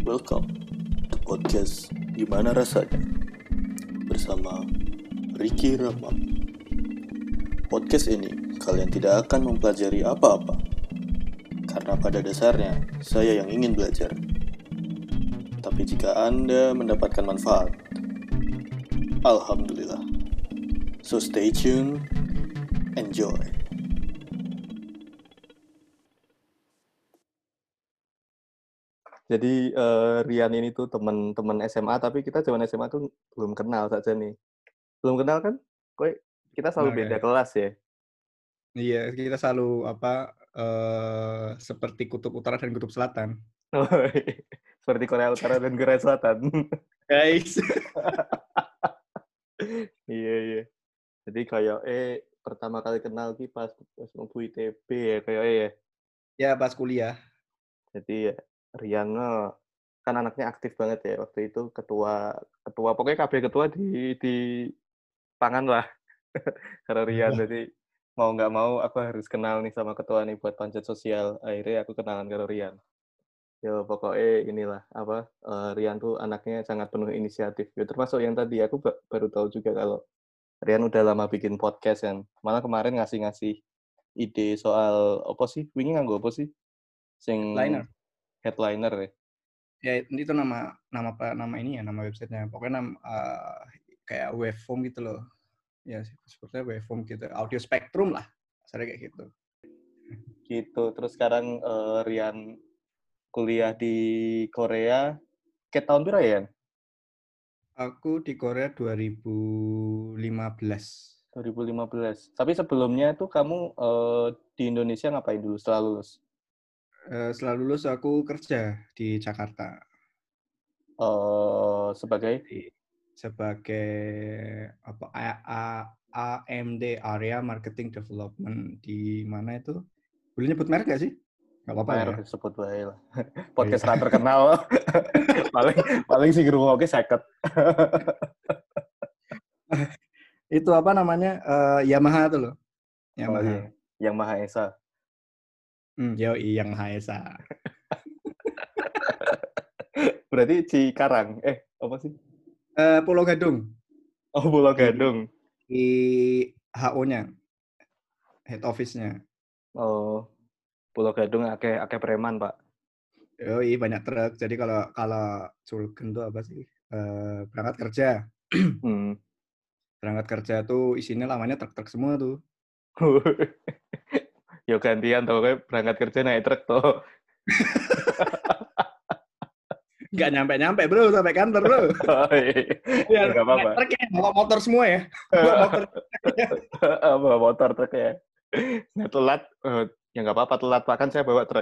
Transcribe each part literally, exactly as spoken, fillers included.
Welcome to podcast Gimana Rasanya bersama Ricky Rama. Podcast ini kalian tidak akan mempelajari apa-apa, karena pada dasarnya saya yang ingin belajar. Tapi jika Anda mendapatkan manfaat, Alhamdulillah. So stay tuned, enjoy. Jadi uh, Rian ini tuh teman-teman S M A, tapi kita zaman S M A tuh belum kenal saja nih. Belum kenal kan? Kok kita selalu Nah, beda kayak, kelas ya? iya, kita selalu apa eh, seperti kutub utara dan kutub selatan. Seperti Korea Utara dan Korea Selatan. Guys. Iya, iya. Jadi kayak eh pertama kali kenal ki pas pas mau I T B ya kayak eh ya. Ya pas kuliah. Jadi ya, Rian kan anaknya aktif banget ya waktu itu ketua ketua pokoknya K B ketua di di pangan lah. Karena Rian jadi mau nggak mau aku harus kenal nih sama ketua nih buat panjat sosial. Akhirnya aku kenalan ke Rian. Ya pokoknya inilah apa uh, Rian tuh anaknya sangat penuh inisiatif. Ya, termasuk yang tadi aku ba- baru tahu juga kalau Rian udah lama bikin podcast kan. Malah kemarin ngasih-ngasih ide soal apa sih? Wingi nganggo apa sih? Sing Headliner. headliner ya. Ya itu nama nama nama ini ya, nama websitenya. Pokoknya nama uh, kayak waveform gitu loh. Ya sepertinya waveform gitu. Audio spectrum lah. Saya kayak gitu. Gitu. Terus sekarang uh, Rian kuliah di Korea. Ke tahun berapa ya? Aku di Korea dua ribu lima belas. dua ribu lima belas. Tapi sebelumnya tuh kamu uh, di Indonesia ngapain dulu setelah lulus? Uh, setelah lulus aku kerja di Jakarta. Uh, sebagai Di, sebagai apa A, A, AMD Area Marketing Development di mana itu? Boleh nyebut merek gak sih? Gak apa-apa lah ya. merek sebut bae lah. Oh, iya. Podcast ra terkenal. paling paling sing ngrungokke seket. Itu apa namanya? Uh, Yamaha tuh loh. Oh Yamaha. iya, yang Maha Esa. Hmm, yoi, yang Maha Esa. Berarti Cikarang. Eh, apa sih? Uh, Pulau Gadung. Oh, Pulau Di, Gadung. di H O-nya. Head office-nya. Oh, Pulau Gadung akeh akeh preman, Pak. Yoi, banyak truk. Jadi kalau kalau Culgen tuh apa sih? Uh, berangkat kerja. Hmm. Berangkat kerja tuh isinya lamanya truk-truk semua tuh. Yo gantian tuh kayak berangkat kerja naik truk tuh. Nggak nyampe-nyampe bro, sampai kantor bro. Oh, iya. Ya, Ya nggak apa-apa. truk ya, bawa motor semua ya. Bawa motor. Bawa motor truk ya. Nah, telat, uh, ya nggak apa-apa telat, Pak. Kan saya bawa truk.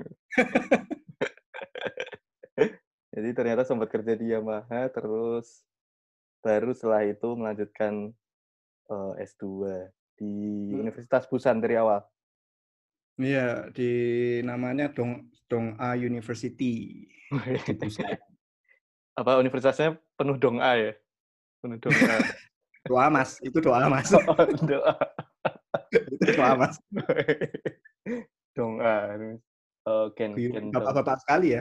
Jadi ternyata sempat kerja di Yamaha, terus baru setelah itu melanjutkan uh, S dua di Hmm. Universitas Busan dari awal. Iya, di namanya Dong Dong-A University di Busan. Apa universitasnya penuh dong-a ya? Penuh dong-a. Doa mas, itu doa mas. Doa. Itu doa mas. Dong-a. Oh, Ken, Guyuran Ken dong. bapak-bapak sekali ya.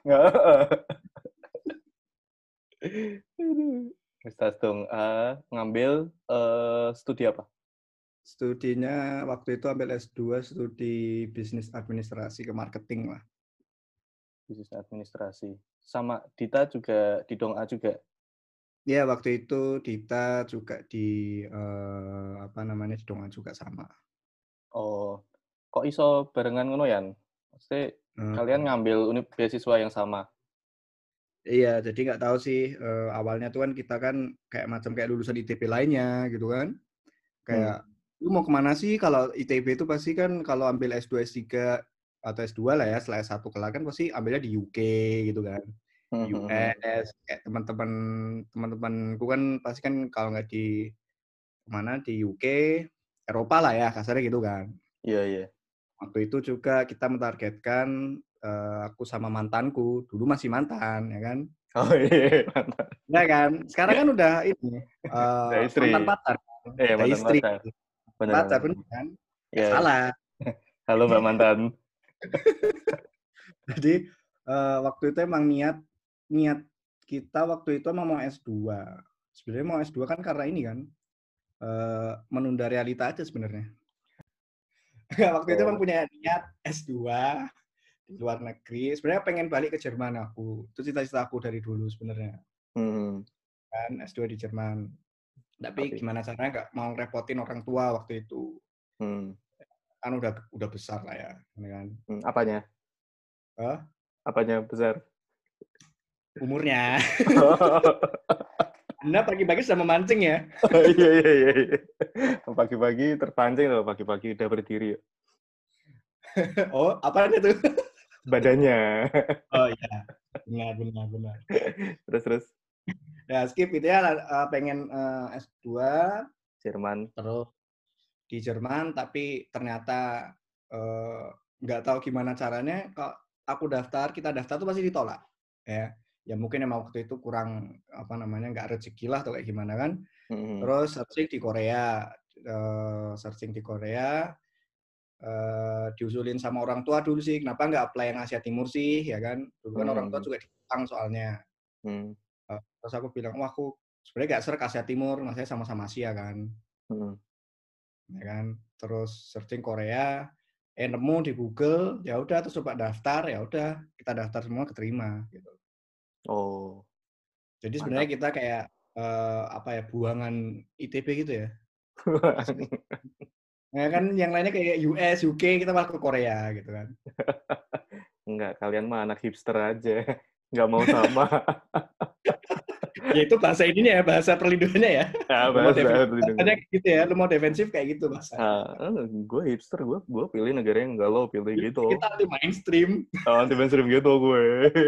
Universitas dong-a ngambil uh, studi apa? Studinya waktu itu ambil S dua, studi bisnis administrasi ke marketing lah. Bisnis administrasi. Sama Dita juga di dong-a juga? Ya, waktu itu Dita juga di eh, apa namanya di Dong-A juga sama. Oh, kok iso barengan ngono ya? Maksudnya Hmm. kalian ngambil unit beasiswa yang sama? Iya, jadi nggak tahu sih eh, awalnya tuh kan kita kan kayak macam kayak lulusan I T B lainnya gitu kan. Kayak Hmm. lu mau kemana sih kalau I T B itu pasti kan kalau ambil S dua S tiga atau S dua lah ya setelah S satu kelar kan pasti ambilnya di U K gitu kan. U S kayak teman-teman teman-temanku kan pasti kan kalau nggak di mana di U K Eropa lah ya kasarnya gitu kan. Iya, iya. Waktu itu juga kita mentargetkan uh, aku sama mantanku, dulu masih mantan ya kan. Oh iya, mantan. Ya kan, sekarang kan udah ini Udah uh, istri. mantan pacar, Eh, udah mantan istri, pacar. Bener, pacar bener. bener kan, nggak Iya, iya. salah. Halo Mbak mantan. Jadi uh, waktu itu emang niat niat kita waktu itu emang mau S dua. Sebenarnya mau S dua kan karena ini kan uh, menunda realita aja sebenarnya. Waktu itu emang Oh. punya niat S dua di luar negeri. Sebenarnya pengen balik ke Jerman aku. Itu cita-cita aku dari dulu sebenarnya. Hmm. Kan S dua di Jerman. Tapi Tapi. gimana caranya nggak mau repotin orang tua waktu itu. Hmm. Kan udah udah besar lah ya, kan. Hmm. Apanya? Huh? Apanya besar? Umurnya. Anda pagi-pagi sudah memancing ya? Oh, iya, iya, iya. Pagi-pagi terpancing loh, pagi-pagi udah berdiri. Oh, apa itu? Badannya. Oh iya, benar, benar, benar. Terus, terus? Ya, skip itu ya, pengen uh, S dua. Jerman. Terus di Jerman, tapi ternyata nggak uh, tahu gimana caranya. Kalau aku daftar, kita daftar tuh pasti ditolak. Ya, ya mungkin emang waktu itu kurang apa namanya nggak rezeki lah atau kayak gimana kan. Hmm. Terus searching di Korea, uh, searching di Korea, uh, diusulin sama orang tua dulu sih, kenapa nggak apply yang Asia Timur sih, ya kan? Dulu kan orang tua Hmm. juga di Jepang soalnya. Hmm. Uh, terus aku bilang, wah aku sebenarnya nggak serak Asia Timur, maksudnya sama-sama Asia kan, Hmm. ya kan? Terus searching Korea, eh nemu di Google, ya udah terus coba daftar, ya udah kita daftar semua keterima gitu. Oh. Jadi Mantap. sebenarnya kita kayak uh, apa ya buangan I T B gitu ya. Ya kan yang lainnya kayak U S, U K, kita malah ke Korea gitu kan. Enggak, kalian mah anak hipster aja. Enggak mau sama. Ya itu bahasa ininya ya, bahasa perlindungannya ya. Ya, Lu mau bahasa perlindungan. defensif gitu ya, lu mau defensif kayak gitu bahasanya. Ah, gue hipster, gue gue pilih negara yang enggak lo pilih gitu. Kita anti mainstream. Oh, anti mainstream gitu gue.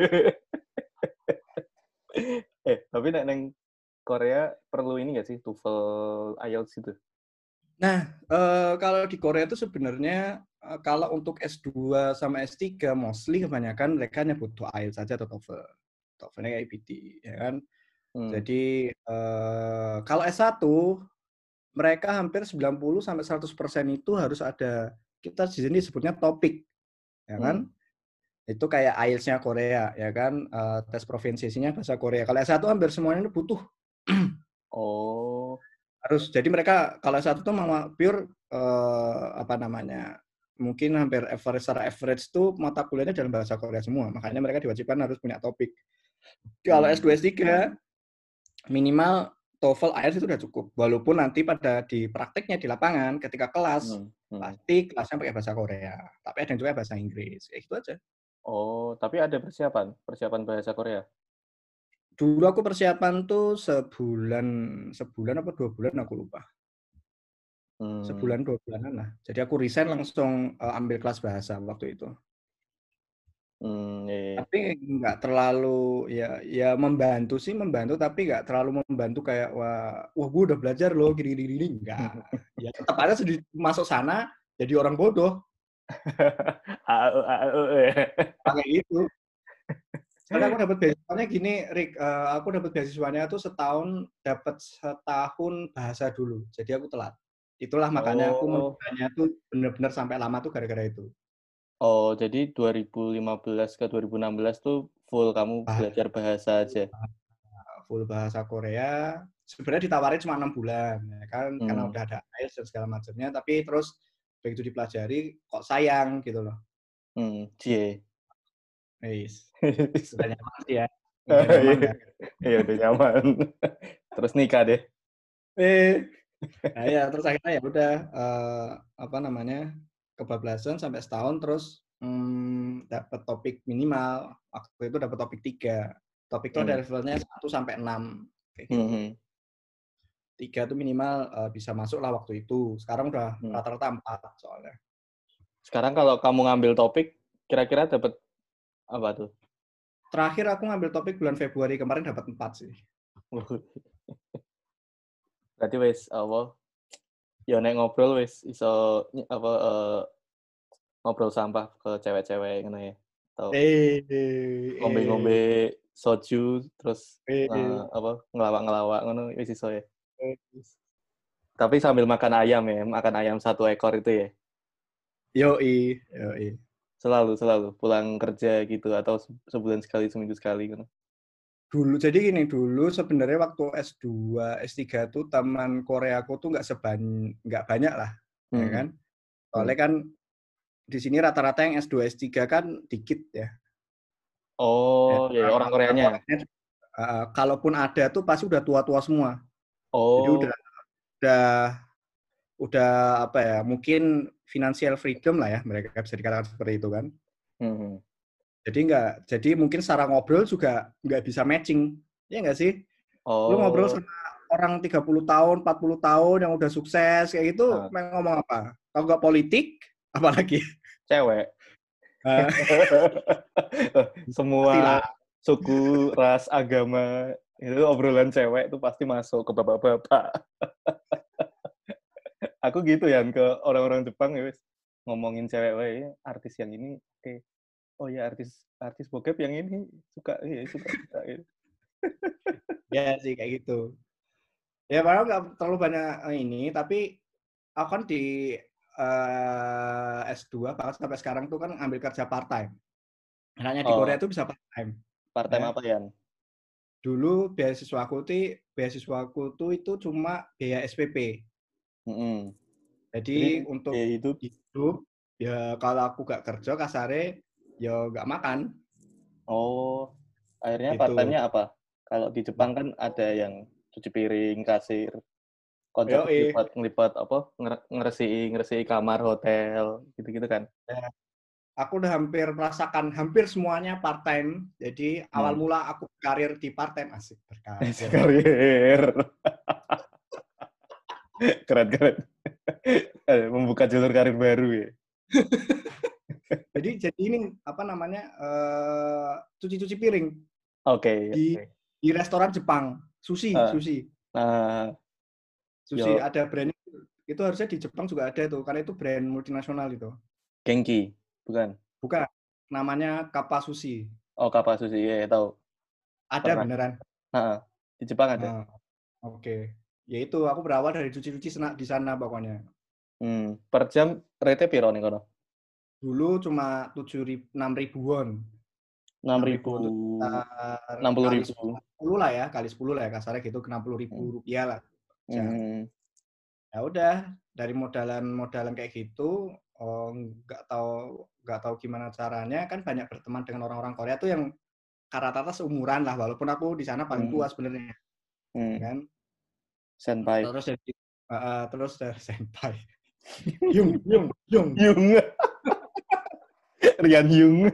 eh, tapi nek neng Korea perlu ini nggak sih TOEFL I E L T S itu? Nah, uh, kalau di Korea itu sebenarnya uh, kalau untuk S dua sama S tiga mostly kebanyakan mereka hanya butuh I E L T S saja atau TOEFL. TOEFL-nya I P T, ya kan? Hmm. Jadi uh, kalau S satu mereka hampir sembilan puluh sampai seratus persen itu harus ada, kita di sini sebutnya topik, ya kan? Hmm. Itu kayak I E L T S-nya Korea, ya kan? Uh, tes provinsinya bahasa Korea. Kalau S satu hampir semuanya itu butuh. Oh. Harus. Jadi mereka kalau S satu tuh mau pure uh, apa namanya? Mungkin hampir average secara average tuh mata kuliahnya dalam bahasa Korea semua. Makanya mereka diwajibkan harus punya topik. Kalau hmm. S dua S tiga minimal TOEFL I E L T S itu udah cukup. Walaupun nanti pada di prakteknya di lapangan ketika kelas hmm. Hmm. pasti kelasnya pakai bahasa Korea. Tapi ada yang juga bahasa Inggris. Kayak gitu aja. Oh, tapi ada persiapan, persiapan bahasa Korea. Dulu aku persiapan tuh sebulan, sebulan apa dua bulan aku lupa. Hmm. Sebulan dua bulanan lah. Jadi aku resign langsung uh, ambil kelas bahasa waktu itu. Hmm, iya. Tapi nggak terlalu ya ya membantu sih membantu tapi nggak terlalu membantu kayak wah wah gue udah belajar loh gini gini gini enggak. Ya tetap aja sedih masuk sana jadi orang bodoh. Kayak gitu. Soalnya aku dapat beasiswanya gini, Rick, uh, aku dapat beasiswanya tuh setahun dapat setahun bahasa dulu. Jadi aku telat. Itulah makanya aku oh. menanya tuh benar-benar sampai lama tuh gara-gara itu. Oh, jadi dua ribu lima belas ke dua ribu enam belas tuh full kamu bahasa. Belajar bahasa aja? Full bahasa Korea. Sebenarnya ditawarin cuma enam bulan, ya kan? Hmm. Karena udah ada I E L T S dan segala macamnya. Tapi terus begitu dipelajari, kok sayang gitu loh. Hmm, cie. Yes. Udah nyaman sih ya. Udah nyaman kan? Iya, udah nyaman. Terus nikah deh. Eh, nah ya terus akhirnya ya udah uh, apa namanya kebablasan sampai setahun terus hmm, dapat topik minimal waktu itu dapat topik tiga topik itu hmm. ada levelnya satu sampai enam kayak gitu. Hmm. tiga itu minimal uh, bisa masuk lah waktu itu. Sekarang udah hmm. rata-rata empat soalnya. Sekarang kalau kamu ngambil topik kira-kira dapat apa tuh? Terakhir aku ngambil topik bulan Februari kemarin dapat empat sih. Berarti wes apa? Ya nek ngobrol wes iso apa uh, ngobrol sampah ke cewek-cewek ngono ya. Atau eh, eh, ngombe-ngombe eh. soju terus eh, uh, apa ngelawak-ngelawak ngono wis iso ya. Eh. Tapi sambil makan ayam ya, makan ayam satu ekor itu ya. Yoi, yoi. Selalu selalu pulang kerja gitu atau se sebulan sekali, seminggu sekali gitu? Dulu jadi gini, dulu sebenarnya waktu S dua, S tiga tuh teman Koreaku tuh nggak seban nggak banyak lah, ya Mhm, kan. mhm. Soalnya kan di sini rata-rata yang S dua, S tiga kan dikit ya. Ya, Oh, ya ya, orang orang-orang Koreanya? Koreanya heeh, kalaupun ada tuh pasti udah tua-tua semua. Jadi udah Oh, udah udah apa ya, mungkin financial freedom lah ya, mereka bisa dikatakan seperti itu kan. mhm. Jadi nggak jadi mungkin secara ngobrol juga nggak bisa matching, ya nggak sih? Lu ngobrol Oh, sama orang tiga puluh tahun, empat puluh tahun yang udah sukses kayak gitu, heeh, pengen ngomong apa? Kalau nggak politik, apalagi? cewek. Eee, Semua pastilah. suku, ras, agama, itu obrolan cewek itu pasti masuk ke bapak-bapak. Aku gitu ya ke orang-orang Jepang ya wis, ngomongin cewek wae, artis yang ini oke. Oh ya artis artis bokep yang ini suka iya suka suka gitu. Ya sih kayak gitu. Ya padahal nggak terlalu banyak eh, ini, tapi aku kan di eh, S dua bahkan sampai sekarang tuh kan ambil kerja part time. Enaknya di Korea Oh, tuh bisa part time. part-time Ya. apa Yan? Dulu beasiswaku tuh beasiswaku tuh itu cuma biaya S P P. Mhm. Jadi Jadi untuk gaya hidup hidup ya kalau aku gak kerja kasare ya gak makan oh, akhirnya gitu. part-time-nya apa? Kalau di Jepang kan ada yang cuci piring, kasir, kontrak Yoi. ngelipat ngelipat apa, nger ngeresiki ngeresiki kamar hotel, gitu-gitu kan? Ya, aku udah hampir merasakan hampir semuanya part time. Jadi awal Hmm. mula aku karir di part time asik berkarir. Karir. Keren keren. Eh, membuka jalur karir baru ya? Jadi jadi ini apa namanya eh, cuci-cuci piring Oke di oke. di restoran Jepang. Sushi, Heeh. sushi. Nah, Sushi yo ada brand itu harusnya di Jepang juga ada itu karena itu brand multinasional itu. Genki, bukan? Bukan, namanya Kappa Sushi. Oh, Kappa Sushi, iya ya, tahu. Ada Pernah. beneran. Heeh. Di Jepang ada. Nah, oke. Ya itu aku berawal dari cuci-cuci sena- di sana pokoknya. Hmm. Per jam rate piro nih kono? Dulu cuma tujuh ribu, enam ribu won. Enam enam ribu ribu, won itu sekitar enam puluh kali ribu. sepuluh lah ya, kali sepuluh lah ya kasarnya gitu, enam puluh ribu Hmm. rupiah lah jam. Hmm. Ya udah, dari modalan-modalan kayak gitu, oh, nggak tahu nggak tahu gimana caranya kan banyak berteman dengan orang-orang Korea tuh yang rata-rata seumuran lah, walaupun aku di sana paling Hmm. tua sebenarnya, ya Hmm. kan. Senpai. Terus jadi uh, terus dari senpai. Yung, yung, yung. Yung. Rian Yung.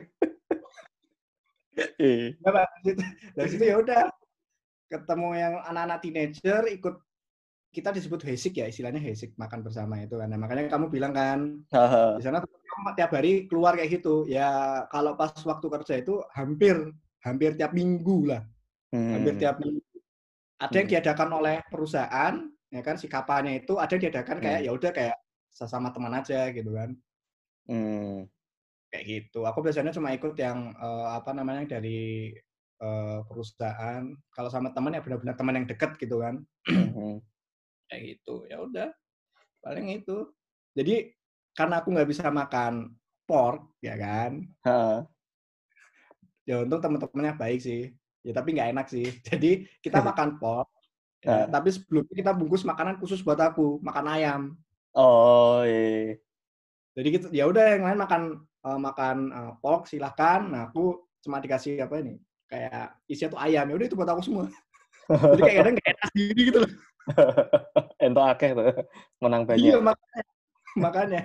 Eh. Nah, dari situ, dari situ ya udah ketemu yang anak-anak teenager ikut kita disebut hesik ya istilahnya hesik makan bersama itu kan. Nah, makanya kamu bilang kan di Haha. sana tuh kamu tiap hari keluar kayak gitu. Ya kalau pas waktu kerja itu hampir hampir tiap minggu lah, hampir Hmm. tiap minggu. Ada yang Hmm. diadakan oleh perusahaan, ya kan si kapalnya itu ada yang diadakan kayak Hmm. ya udah kayak sesama teman aja gitu kan. Hmm. Kayak gitu. Aku biasanya cuma ikut yang uh, apa namanya dari uh, perusahaan. Kalau sama teman ya benar-benar teman yang dekat gitu kan. Hmm. Kayak gitu. Ya udah, paling itu. Jadi karena aku nggak bisa makan pork, ya kan. Ha. Ya untung teman-temannya baik sih. Ya tapi nggak enak sih. Jadi kita makan pork, ya. Ha. Tapi sebelumnya kita bungkus makanan khusus buat aku, makan ayam. Oh, iya. Jadi gitu, ya udah yang lain makan uh, makan uh, pork silahkan. Nah aku cuma dikasih apa ini? Kayak isinya tuh ayam. Ya udah itu buat aku semua. Jadi kayak kadang nggak enak sendiri gitu loh. Ento akeh tuh. Menang Iya banyak. makanya. makanya.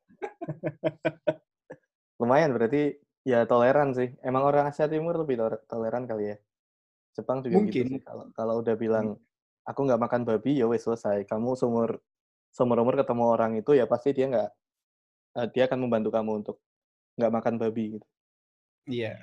Lumayan berarti ya toleran sih. Emang orang Asia Timur lebih toleran kali ya. Jepang juga gitu sih. Mungkin. Kalau kalau udah bilang aku nggak makan babi ya wes selesai. Kamu seumur seumur umur ketemu orang itu ya pasti dia nggak eh, dia akan membantu kamu untuk nggak makan babi gitu. Iya.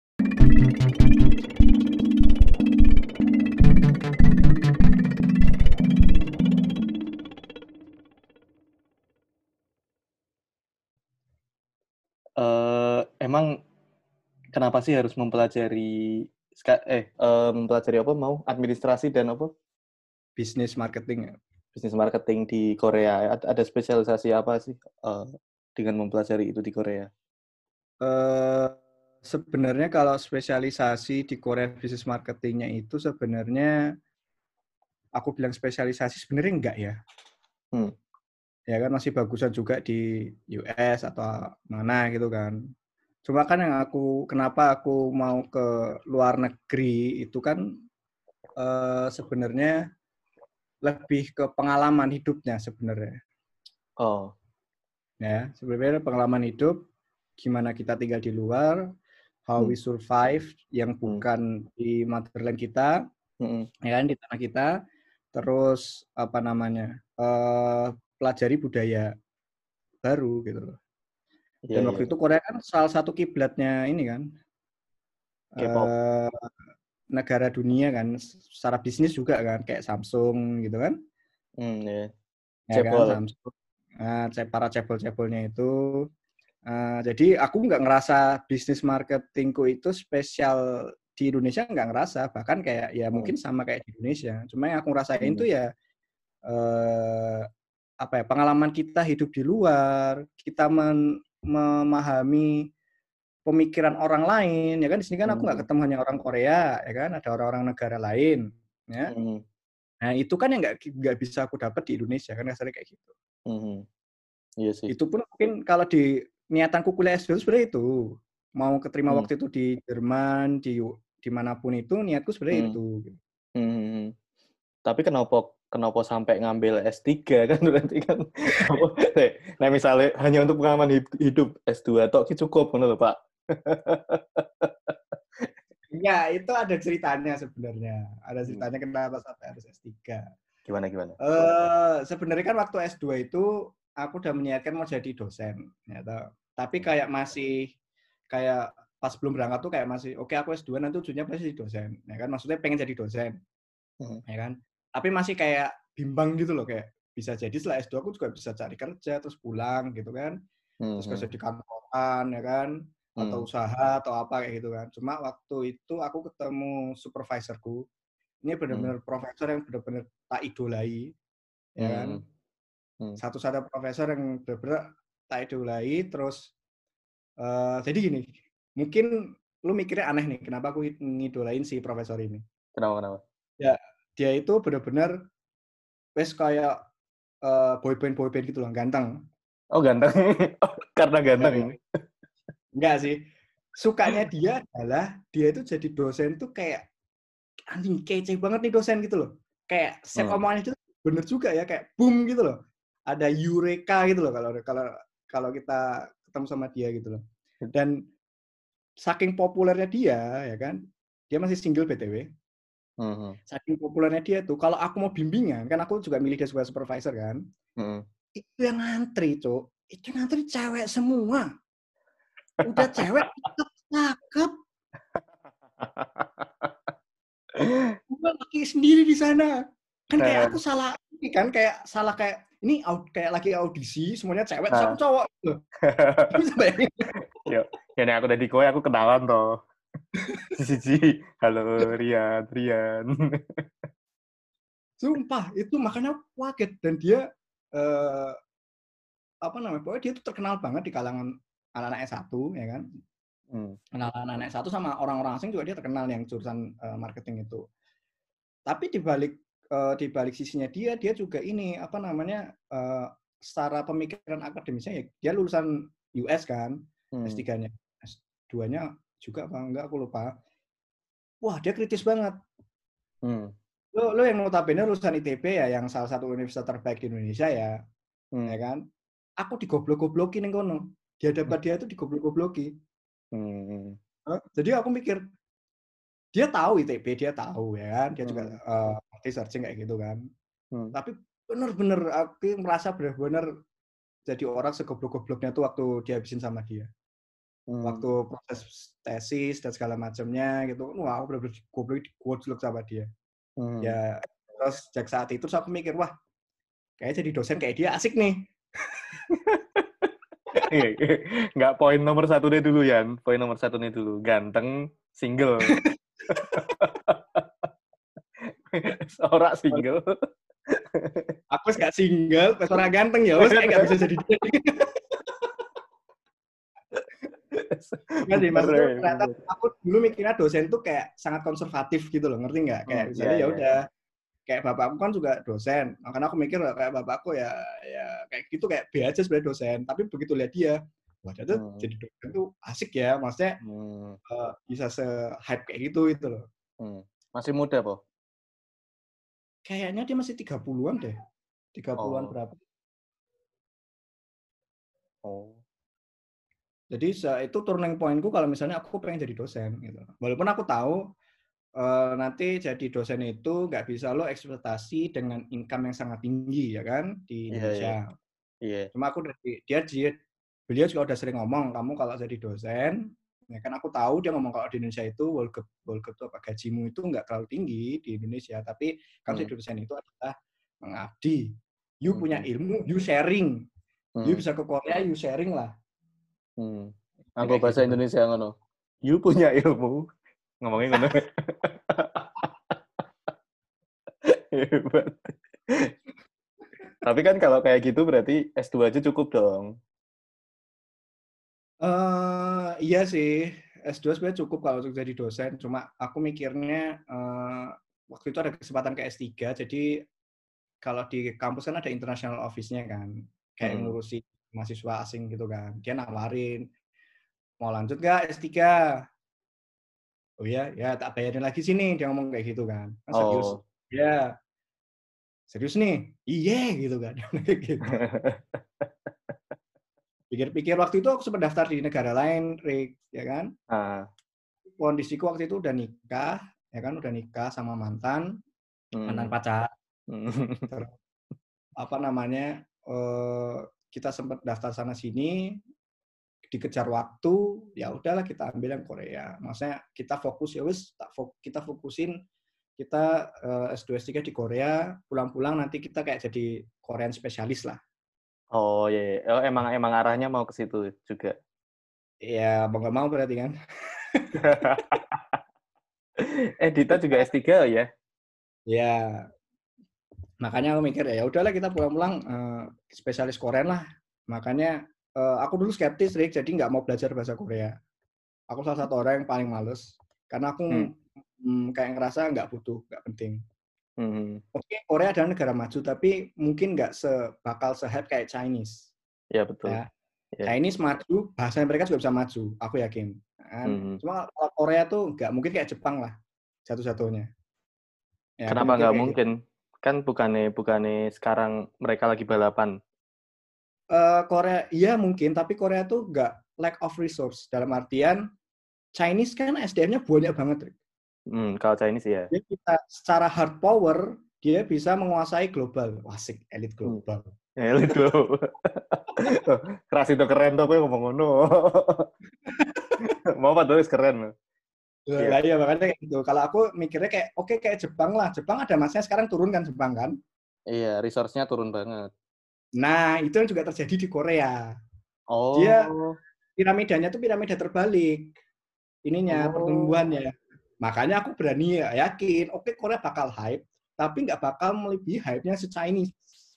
Eh emang kenapa sih harus mempelajari eh eh, mempelajari apa mau administrasi dan apa Bisnis marketing. bisnis marketing di Korea? Ada, ada spesialisasi apa sih eh, dengan mempelajari itu di Korea? Uh, sebenarnya kalau spesialisasi di Korea Business Marketingnya itu sebenarnya aku bilang spesialisasi sebenarnya enggak ya. Hmm. Ya kan masih bagusan juga di U S atau mana gitu kan. Cuma kan yang aku kenapa aku mau ke luar negeri itu kan uh, sebenarnya lebih ke pengalaman hidupnya sebenarnya. Oh. Ya, sebenarnya pengalaman hidup gimana kita tinggal di luar, how Hmm. we survive yang Hmm. bukan di motherland kita, Hmm. ya kan di tanah kita. Terus apa namanya? Uh, pelajari budaya baru gitu loh. Iya, Dan iya. waktu itu Korea kan salah satu kiblatnya ini kan K-pop. uh, negara dunia kan secara bisnis juga kan kayak Samsung gitu kan. Hmm, ya. Ya kan Cebol. Samsung. Nah, para cebol-cebolnya itu Uh, jadi aku nggak ngerasa bisnis marketingku itu spesial di Indonesia, nggak ngerasa. Bahkan kayak ya Hmm. mungkin sama kayak di Indonesia. Cuma yang aku ngerasain Hmm. tuh ya uh, apa ya pengalaman kita hidup di luar, kita men- memahami pemikiran orang lain. Ya kan di sini kan aku nggak Hmm. ketemu hanya orang Korea, ya kan ada orang-orang negara lain. Ya. Hmm. Nah itu kan yang nggak nggak bisa aku dapat di Indonesia kan kasarnya kayak gitu. Hmm. Iya sih. Itu pun mungkin kalau di niatanku kuliah S dua sebenarnya itu mau keterima Hmm. waktu itu di Jerman, di dimanapun itu niatku sebenarnya Hmm. itu. Hmm. Tapi kenapa kenapa sampai ngambil S tiga kan berarti kan? Nah misalnya hanya untuk pengalaman hidup S dua tok cukup bener loh Pak. Ya itu ada ceritanya sebenarnya. Ada Hmm. ceritanya kenapa sampai harus S tiga. Gimana gimana? Uh, sebenarnya kan waktu S dua itu aku udah meniatkan mau jadi dosen, ya toh. Tapi kayak masih kayak pas belum berangkat tuh kayak masih oke okay, aku S dua nanti ujungnya pasti jadi dosen, ya kan? Maksudnya pengen jadi dosen, Hmm. ya kan? Tapi masih kayak bimbang gitu loh kayak bisa jadi setelah S dua aku juga bisa cari kerja terus pulang gitu kan. Hmm. Terus kerja di kantoran ya kan atau Hmm. usaha atau apa kayak gitu kan. Cuma waktu itu aku ketemu supervisorku. Ini benar-benar Hmm. profesor yang benar-benar tak idolai, ya kan. Hmm. Hmm. Satu-satu profesor yang benar-benar tak idolai. Terus uh, jadi gini, mungkin lu mikirnya aneh nih, kenapa aku ngidolain si profesor ini? Kenapa kenapa? Ya, dia itu benar-benar wes kayak uh, boyband boyband gitu loh, ganteng. Oh ganteng, oh, karena Enggak, ganteng. enggak. Enggak sih. Sukanya dia adalah dia itu jadi dosen tuh kayak anjing kece banget nih dosen gitu loh. Kayak set Hmm. omongannya itu bener juga ya kayak boom gitu loh. Ada eureka gitu loh kalau kalau kalau kita ketemu sama dia gitu loh. Dan saking populernya dia ya kan, dia masih single B T W. Hmm. Saking populernya dia tuh kalau aku mau bimbingan kan aku juga milih dia sebagai supervisor kan. Hmm. Itu yang ngantri, Cuk. Itu yang ngantri cewek semua. Udah cewek cakep. Gue laki sendiri di sana. Kan kayak aku salah kan kayak salah kayak ini kayak lagi audisi semuanya cewek terus aku cowok gitu. Bisa bayangin. Yo, ya nek aku dari kowe aku kenalan toh. Siji, halo Rian, Rian. Sumpah, itu makanya aku kaget dan dia eh, apa namanya? Pokoknya dia tuh terkenal banget di kalangan anak-anak S satu ya kan. Hmm. Anak-anak S satu sama orang-orang asing juga dia terkenal yang jurusan uh, marketing itu. Tapi di balik uh, di balik sisinya dia dia juga ini apa namanya? Uh, secara pemikiran akademisnya ya dia lulusan U S kan, Hmm. S tiga-nya. S dua-nya juga apa enggak aku lupa. Wah, dia kritis banget. Hmm. Lo, lo yang notabene lulusan I T B ya, yang salah satu universitas terbaik di Indonesia ya, Hmm. ya kan? Aku digoblok-goblokin yang kono. Di hadapan dia itu digoblok-gobloki. Hmm. Huh? Jadi aku mikir, dia tahu I T B, dia tahu ya kan? Dia juga Hmm. uh, searching kayak gitu kan. Hmm. Tapi bener-bener aku merasa bener-bener jadi orang segoblok-gobloknya tuh waktu dihabisin sama dia. Hmm. Waktu proses tesis dan segala macamnya gitu. Wah, aku bener-bener goblok digojlok sama dia. Hmm. Ya, terus sejak saat itu terus aku mikir, wah, kayak jadi dosen kayak dia asik nih. Nggak poin nomor satu deh dulu ya, poin nomor satu nih dulu, ganteng, single. Seorang single. Aku nggak single, pas orang ganteng ya, wes kayak nggak bisa jadi dia. Nggak sih, maksudnya Bener, ternyata bener. aku dulu mikirnya dosen tuh kayak sangat konservatif gitu loh, ngerti nggak? Kayak Hmm, iya, misalnya ya iya. udah, kayak bapakku kan juga dosen, makanya aku mikir kayak bapakku ya ya kayak gitu kayak B aja sebenarnya dosen. Tapi begitu lihat dia, wah dia tuh Hmm, jadi dosen tuh asik ya, maksudnya hmm, uh, bisa se-hype kayak gitu gitu loh. hmm. Masih muda, Po? Kayaknya dia masih tiga puluhan deh, tiga puluhan Oh, berapa. oh. Jadi itu turning pointku kalau misalnya aku pengen jadi dosen gitu. Walaupun aku tahu uh, nanti jadi dosen itu nggak bisa lo ekspektasi dengan income yang sangat tinggi ya kan di Iya, iya. Indonesia. Iya. Cuma aku dari dia dia beliau juga udah sering ngomong kamu kalau jadi dosen ya kan aku tahu dia ngomong kalau di Indonesia itu workup workup tuh apa gajimu itu nggak terlalu tinggi di Indonesia tapi kamu Hmm, jadi dosen itu adalah mengabdi. You hmm, punya hmm, ilmu, you sharing. You hmm, bisa ke Korea, you sharing lah. hmm. Ya, Anggo kayak bahasa gitu bro. Indonesia ngono. You punya ilmu. Ngomongin ngono. Hebat. Tapi kan kalau kayak gitu berarti S dua aja cukup dong. Uh, iya sih, S dua sebenarnya cukup kalau untuk jadi dosen. Cuma aku mikirnya uh, waktu itu ada kesempatan ke S tiga, jadi kalau di kampus kan ada international office-nya kan, kayak Hmm. ngurusi mahasiswa asing gitu kan. Dia nawarin, mau lanjut nggak S tiga? Oh ya, ya tak bayarin lagi sini. Dia ngomong kayak gitu kan. Kan serius. Oh. Ya, serius nih. Iya gitu kan. gitu. Pikir-pikir waktu itu aku sempat daftar di negara lain, Rick, ya kan? Ah. Kondisiku waktu itu udah nikah, ya kan? Udah nikah sama mantan, mantan Hmm. pacar. Hmm. Terus apa namanya? Eh, kita sempat daftar sana sini, dikejar waktu, ya udahlah kita ambil yang Korea. Maksudnya kita fokus ya wis, kita fokusin kita uh, S dua S tiga di Korea, pulang-pulang nanti kita kayak jadi Korean spesialis lah. Oh iya, iya. Oh, emang emang arahnya mau ke situ juga. Ya mau nggak mau berarti kan. Eh, Dita juga S tiga ya? Ya makanya aku mikir ya udahlah kita pulang-pulang uh, spesialis Korean lah. Makanya uh, aku dulu skeptis Rick, jadi nggak mau belajar bahasa Korea. Aku salah satu orang yang paling males karena aku Hmm. hmm, kayak ngerasa nggak butuh, nggak penting. Hmm. Oke, Korea adalah negara maju, tapi mungkin nggak sebakal se-hype kayak Chinese. Ya betul. Ya, Ya. Chinese maju, bahasa mereka juga bisa maju, aku yakin. Kan? Hmm. Cuma kalau Korea tuh nggak mungkin kayak Jepang lah, satu-satunya. Ya, aku Kenapa mikir nggak kayak gitu. mungkin? Kan bukannya bukannya sekarang mereka lagi balapan. Uh, Korea, iya mungkin, tapi Korea tuh nggak lack of resource. Dalam artian, Chinese kan S D M-nya banyak banget. Rick. Hmm, kalau Chinese ya. Dia bisa, secara hard power, dia bisa menguasai global. Wasik, elit Hmm. global. Elit loh. Keras itu keren tuh, gue ngomong ngono. Mau apa tuh keren. Iya. Lah iya makanya kayak gitu. Kalau aku mikirnya kayak oke okay, kayak Jepang lah. Jepang ada masnya sekarang turun kan Jepang kan? Iya, resource-nya turun banget. Nah, itu yang juga terjadi di Korea. Dia Oh. piramidanya tuh piramida terbalik. Ininya Oh. pertumbuhannya. Makanya aku berani ya, yakin oke okay, Korea bakal hype, tapi nggak bakal melebihi hype-nya si Chinese.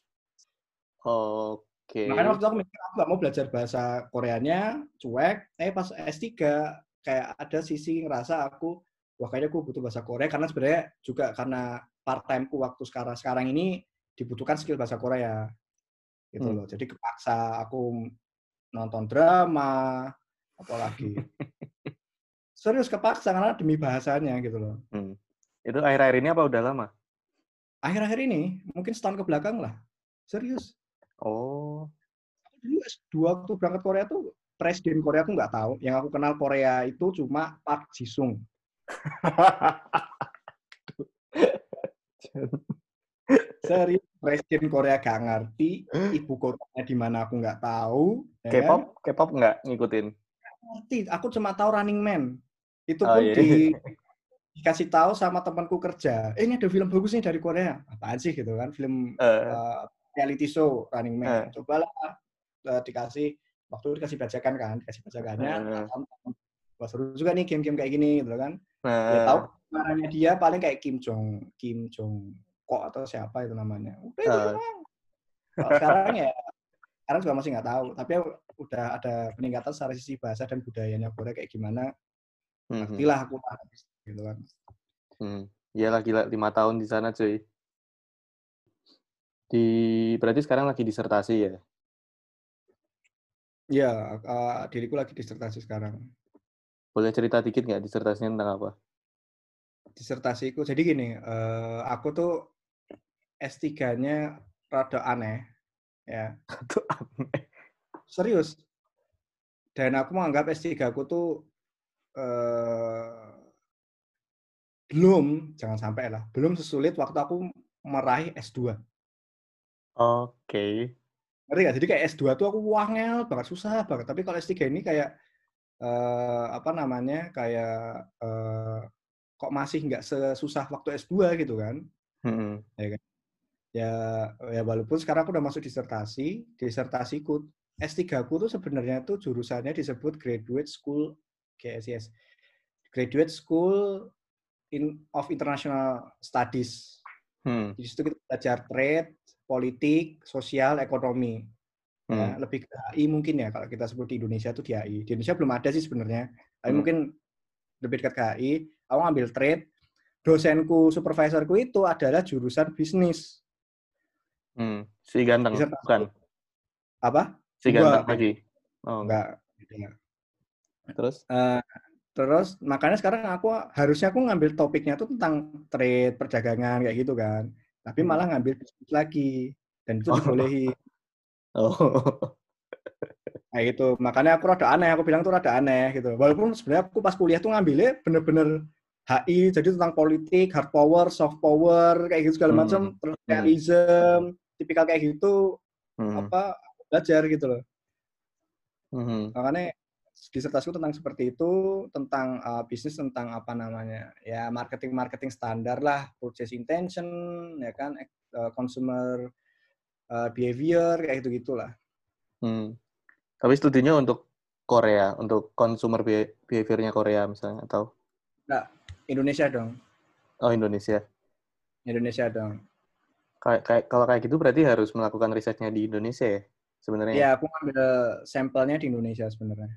Oke. Makanya waktu itu aku mikir aku nggak mau belajar bahasa Koreanya, cuek. Eh pas S tiga kayak ada sisi ngerasa aku wah kayaknya aku butuh bahasa Korea karena sebenarnya juga karena part time-ku waktu sekarang sekarang ini dibutuhkan skill bahasa Korea gitu Hmm. loh. Jadi kepaksa aku nonton drama apalagi. Serius kepaksa karena demi bahasanya gitu loh. Hmm. Itu akhir-akhir ini apa udah lama? Akhir-akhir ini mungkin setahun ke belakang lah. Serius. Oh. Dulu S dua waktu berangkat Korea tuh presiden Korea tuh nggak tahu. Yang aku kenal Korea itu cuma Park Ji-sung. Serius, presiden Korea gak ngerti, ibu kotanya di mana aku nggak tahu, ya kan? K-pop, K-pop nggak ngikutin? Ngerti, aku cuma tahu Running Man. Itu Oh pun iya. di dikasih tahu sama temanku kerja. Eh, ini ada film bagus nih dari Korea. Apaan sih gitu kan? Film Uh, uh, reality show Running Man. uh, Cobalah uh, dikasih waktu itu dikasih bajakan kan, dikasih bajakannya. uh, Wah, seru juga nih game-game kayak gini gitu kan. Ya tahu uh, namanya dia paling kayak Kim Jong Kim Jong Kok atau siapa itu namanya. Udah itu uh. doang. Kalau sekarang ya sekarang juga masih nggak tahu. Tapi udah ada peningkatan secara sisi bahasa dan budayanya Korea kayak gimana. Mhm. Ngertilah aku lah, gitu kan. Hmm. Iyalah gila lima tahun di sana cuy. Di berarti sekarang lagi disertasi ya? Iya, uh, diriku lagi disertasi sekarang. Boleh cerita dikit nggak disertasinya tentang apa? Disertasiku, jadi gini, uh, aku tuh S tiga-nya rada aneh, ya. Itu aneh. Serius. Dan aku menganggap S tiga aku tuh uh, belum, jangan sampai lah, belum sesulit waktu aku meraih S dua. Oke. Okay. Ngerti nggak? Jadi kayak S dua tuh aku wangel banget, susah banget. Tapi kalau S tiga ini kayak uh, apa namanya, kayak uh, kok masih nggak sesusah waktu S dua gitu kan. Hmm. Ya kan? Ya, ya walaupun sekarang aku udah masuk disertasi, disertasiku S tiga ku tuh sebenarnya tuh jurusannya disebut Graduate School G S I S. Graduate School in of International Studies. Hmm. Di situ kita belajar trade, politik, sosial, ekonomi. Ya, Hmm. lebih ke H I mungkin ya kalau kita sebut di Indonesia itu di H I. Di Indonesia belum ada sih sebenarnya. Tapi Hmm. mungkin lebih dekat ke H I. Aku ngambil trade. Dosenku, supervisorku itu adalah jurusan bisnis. Hmm. Si ganteng, Disertasi bukan? apa? Si Enggak, ganteng beda. lagi? Oh, enggak. Enggak. Beda. Terus? Uh, terus makanya sekarang aku harusnya aku ngambil topiknya tuh tentang trade, perdagangan kayak gitu kan. Tapi Hmm. malah ngambil bisnis lagi dan itu Oh. dibolehi. Oh. Kayak gitu. Makanya aku rada aneh, aku bilang tuh rada aneh gitu. Walaupun sebenarnya aku pas kuliah tuh ngambilnya bener-bener H I, jadi tentang politik, hard power, soft power, kayak gitu segala macam, Hmm. terus Hmm. realism, tipikal kayak gitu, Hmm. apa belajar gitu loh. Hmm. Makanya disertasiku tentang seperti itu, tentang uh, bisnis, tentang apa namanya, ya marketing-marketing standar lah, purchase intention, ya kan, uh, consumer uh, behavior, kayak gitu-gitulah. Hmm. Tapi studinya untuk Korea, untuk consumer behavior-nya Korea misalnya, atau? Nah, Indonesia dong. Oh, Indonesia. Indonesia dong. Kayak, kayak kalau kayak gitu berarti harus melakukan risetnya di Indonesia ya sebenarnya. Iya, aku ngambil sampelnya di Indonesia sebenarnya.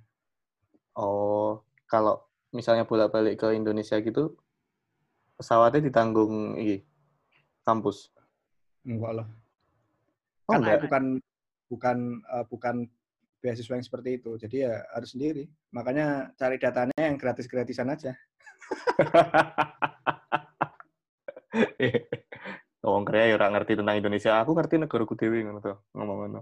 Oh, kalau misalnya bolak-balik ke Indonesia gitu, pesawatnya ditanggung ini, kampus? Enggak lah. Oh, Kan enggak. bukan bukan uh, bukan beasiswa yang seperti itu. Jadi ya harus sendiri. Makanya cari datanya yang gratis-gratisan aja. Wong Korea ya ora ngerti tentang Indonesia. Aku ngerti negaraku dhewe ngono to, ngomong ngono.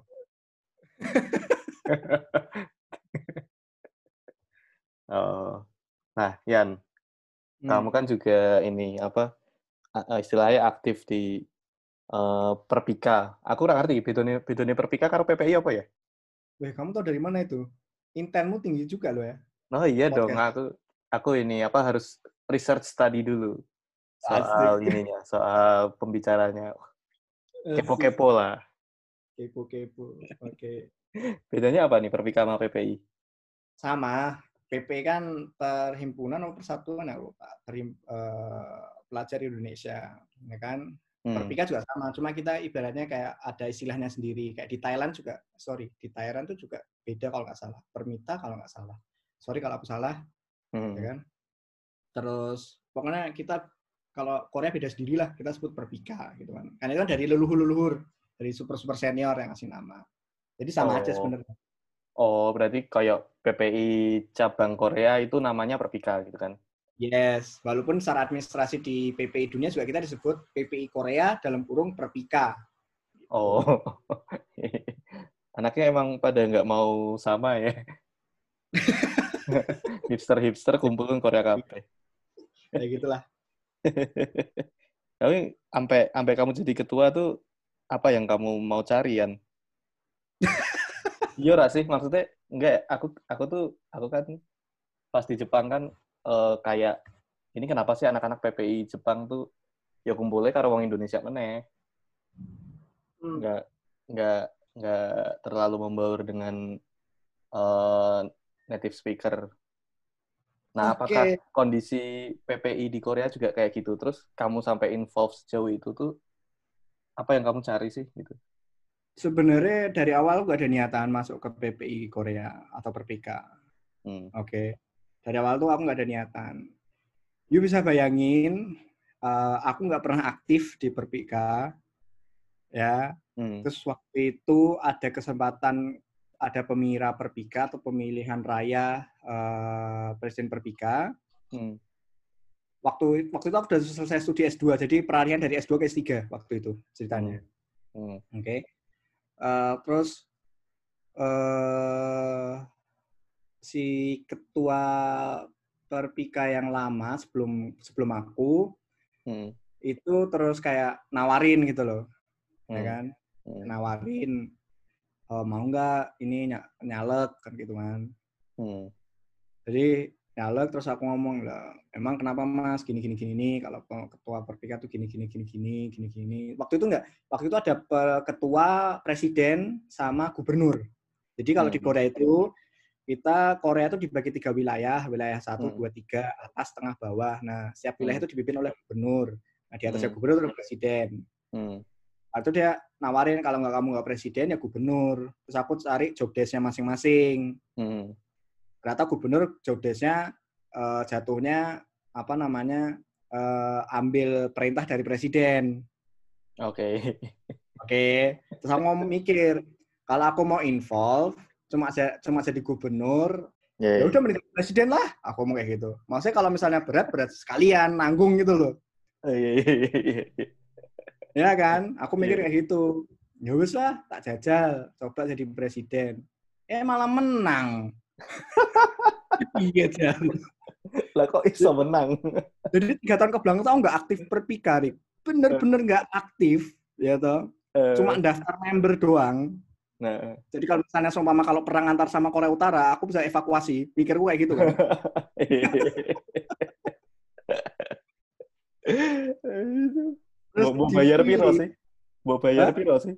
Oh. Nah, Yan, kamu Hmm. kan juga ini apa istilahnya aktif di uh, Perpika. Aku ora ngerti bedone bedone Perpika karo P P I apa ya? Weh, kamu tahu dari mana itu? Intenmu tinggi juga loh ya, Oh iya dong, podcast. aku aku ini apa harus research study dulu soal Asik. ininya, soal pembicaranya. Asik. Kepo-kepo lah. Kepo-kepo. Oke. Bedanya apa nih Perpika sama P P I? Sama. P P kan Perhimpunan atau Persatuan ya, lupa. Perhim, uh, Pelajar Indonesia. Ya kan? Hmm. Perpika juga sama, cuma kita ibaratnya kayak ada istilahnya sendiri. Kayak di Thailand juga, sorry, di Thailand tuh juga beda kalau nggak salah. Permita kalau nggak salah. Sorry kalau aku salah, ya Hmm. kan? Terus pokoknya kita kalau Korea beda sendiri lah, kita sebut Perpika gitu kan. Karena itu kan dari leluhur-leluhur, dari super-super senior yang ngasih nama. Jadi sama aja Oh. sebenarnya. Oh, berarti kayak P P I cabang Korea itu namanya Perpika gitu kan? Yes, walaupun secara administrasi di P P I dunia juga kita disebut P P I Korea dalam kurung Perpika. Oh, Gitu. anaknya emang pada nggak mau sama ya. Hipster-hipster kumpulin Korea Cafe. Ya gitulah. Tapi sampai sampai kamu jadi ketua tuh apa yang kamu mau cari, Yan? Iya sih, maksudnya enggak, aku aku tuh aku kan pas di Jepang kan uh, kayak ini kenapa sih anak-anak P P I Jepang tuh ya kumpulnya karo wong Indonesia meneh. Hmm. Nggak nggak nggak terlalu membaur dengan uh, native speaker. Nah, apakah Oke. kondisi P P I di Korea juga kayak gitu? Terus kamu sampai involve sejauh itu tuh apa yang kamu cari sih gitu? sebenarnya dari awal gak ada niatan masuk ke P P I Korea atau Perpika. Hmm. Oke. Okay. Dari awal tuh aku nggak ada niatan. You bisa bayangin, uh, aku nggak pernah aktif di Perpika, ya. Hmm. Terus waktu itu ada kesempatan, ada pemira Perpika atau pemilihan raya uh, Presiden Perpika. Hmm. Waktu waktu itu aku sudah selesai studi S dua, jadi peralihan dari S dua ke S tiga waktu itu ceritanya. Hmm. Hmm. Oke. Okay. Uh, terus uh, si ketua Perpika yang lama sebelum sebelum aku hmm. itu terus kayak nawarin gitu loh, hmm. ya kan, hmm. nawarin oh, mau nggak ini ny- nyalek kan gitu kan. Hmm. Jadi nyalek terus aku ngomong lah, emang kenapa mas gini gini gini nih kalau ketua Perpika tuh gini gini gini gini gini gini. Waktu itu enggak, waktu itu ada ketua presiden sama gubernur. Jadi kalau hmm. di Korea itu kita Korea itu dibagi tiga wilayah, wilayah satu, dua, tiga, atas, tengah, bawah. Nah, setiap wilayah itu dipimpin oleh gubernur. Nah, di atasnya gubernur itu presiden. Hmm. Lalu dia nawarin kalau nggak kamu nggak presiden ya gubernur. Terus aku cari job desk-nya masing-masing. Hmm. Ternyata gubernur job desk-nya uh, jatuhnya apa namanya uh, ambil perintah dari presiden. Oke. Okay. Oke. Okay. Terus aku mau mikir kalau aku mau involve cuma cuma jadi gubernur, yeah, ya udah menjadi presiden lah. Aku mau kayak gitu. Maksudnya kalau misalnya berat berat sekalian nanggung gitu loh. Oh, iya, iya, iya. Ya kan? Aku mikir yeah. kayak gitu. Ya wis lah, tak jajal, coba jadi presiden. Eh malah menang. Iya jauh. Lah kok iso menang? Jadi tiga tahun kebelakang tuh nggak aktif Perpika, bener-bener nggak aktif, ya toh. Uh. Cuma daftar member doang. Nah, jadi kalau misalnya seumpama kalau perang antar sama Korea Utara, aku bisa evakuasi. Mikirku kayak gitu kan. Terus mau bayar piro sih? Mau bayar piro sih?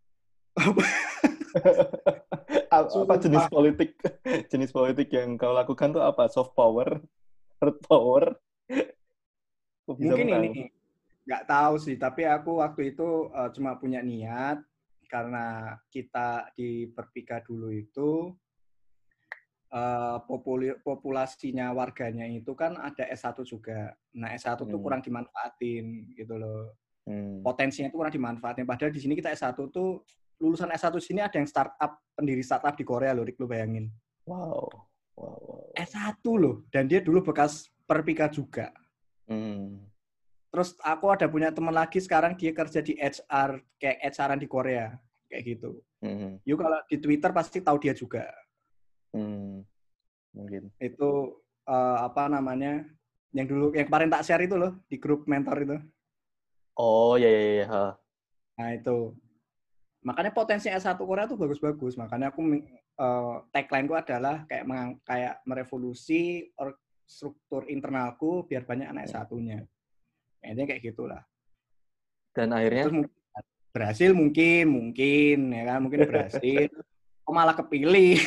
Apa jenis politik? Jenis politik yang kau lakukan tuh apa? Soft power, hard power? Mungkin menang. Ini nggak tahu sih, tapi aku waktu itu uh, cuma punya niat karena kita di Perpika dulu itu uh, popul- populasinya warganya itu kan ada S satu juga. Nah, S satu hmm. tuh kurang dimanfaatin gitu loh. Hmm. Potensinya itu kurang dimanfaatin. Padahal di sini kita S satu tuh lulusan S satu sini ada yang startup, pendiri startup di Korea loh, Rik, lu bayangin. Wow. Wow, wow. S satu loh, dan dia dulu bekas Perpika juga. Hmm. Terus aku ada punya teman lagi sekarang dia kerja di H R, kayak H R-an di Korea, kayak gitu. Hmm. Yuk kalau di Twitter pasti tahu dia juga. Hmm. Mungkin. Itu uh, apa namanya? Yang dulu yang kemarin tak share itu loh di grup mentor itu. Oh, iya iya iya. Nah, itu. Makanya potensi S satu Korea tuh bagus-bagus. Makanya aku uh, tagline-ku adalah kayak mengang, kayak merevolusi or, struktur internalku biar banyak anak S satu-nya. Intinya kayak gitulah. Dan akhirnya terus berhasil mungkin, mungkin ya kan, mungkin berhasil. Kok malah kepilih.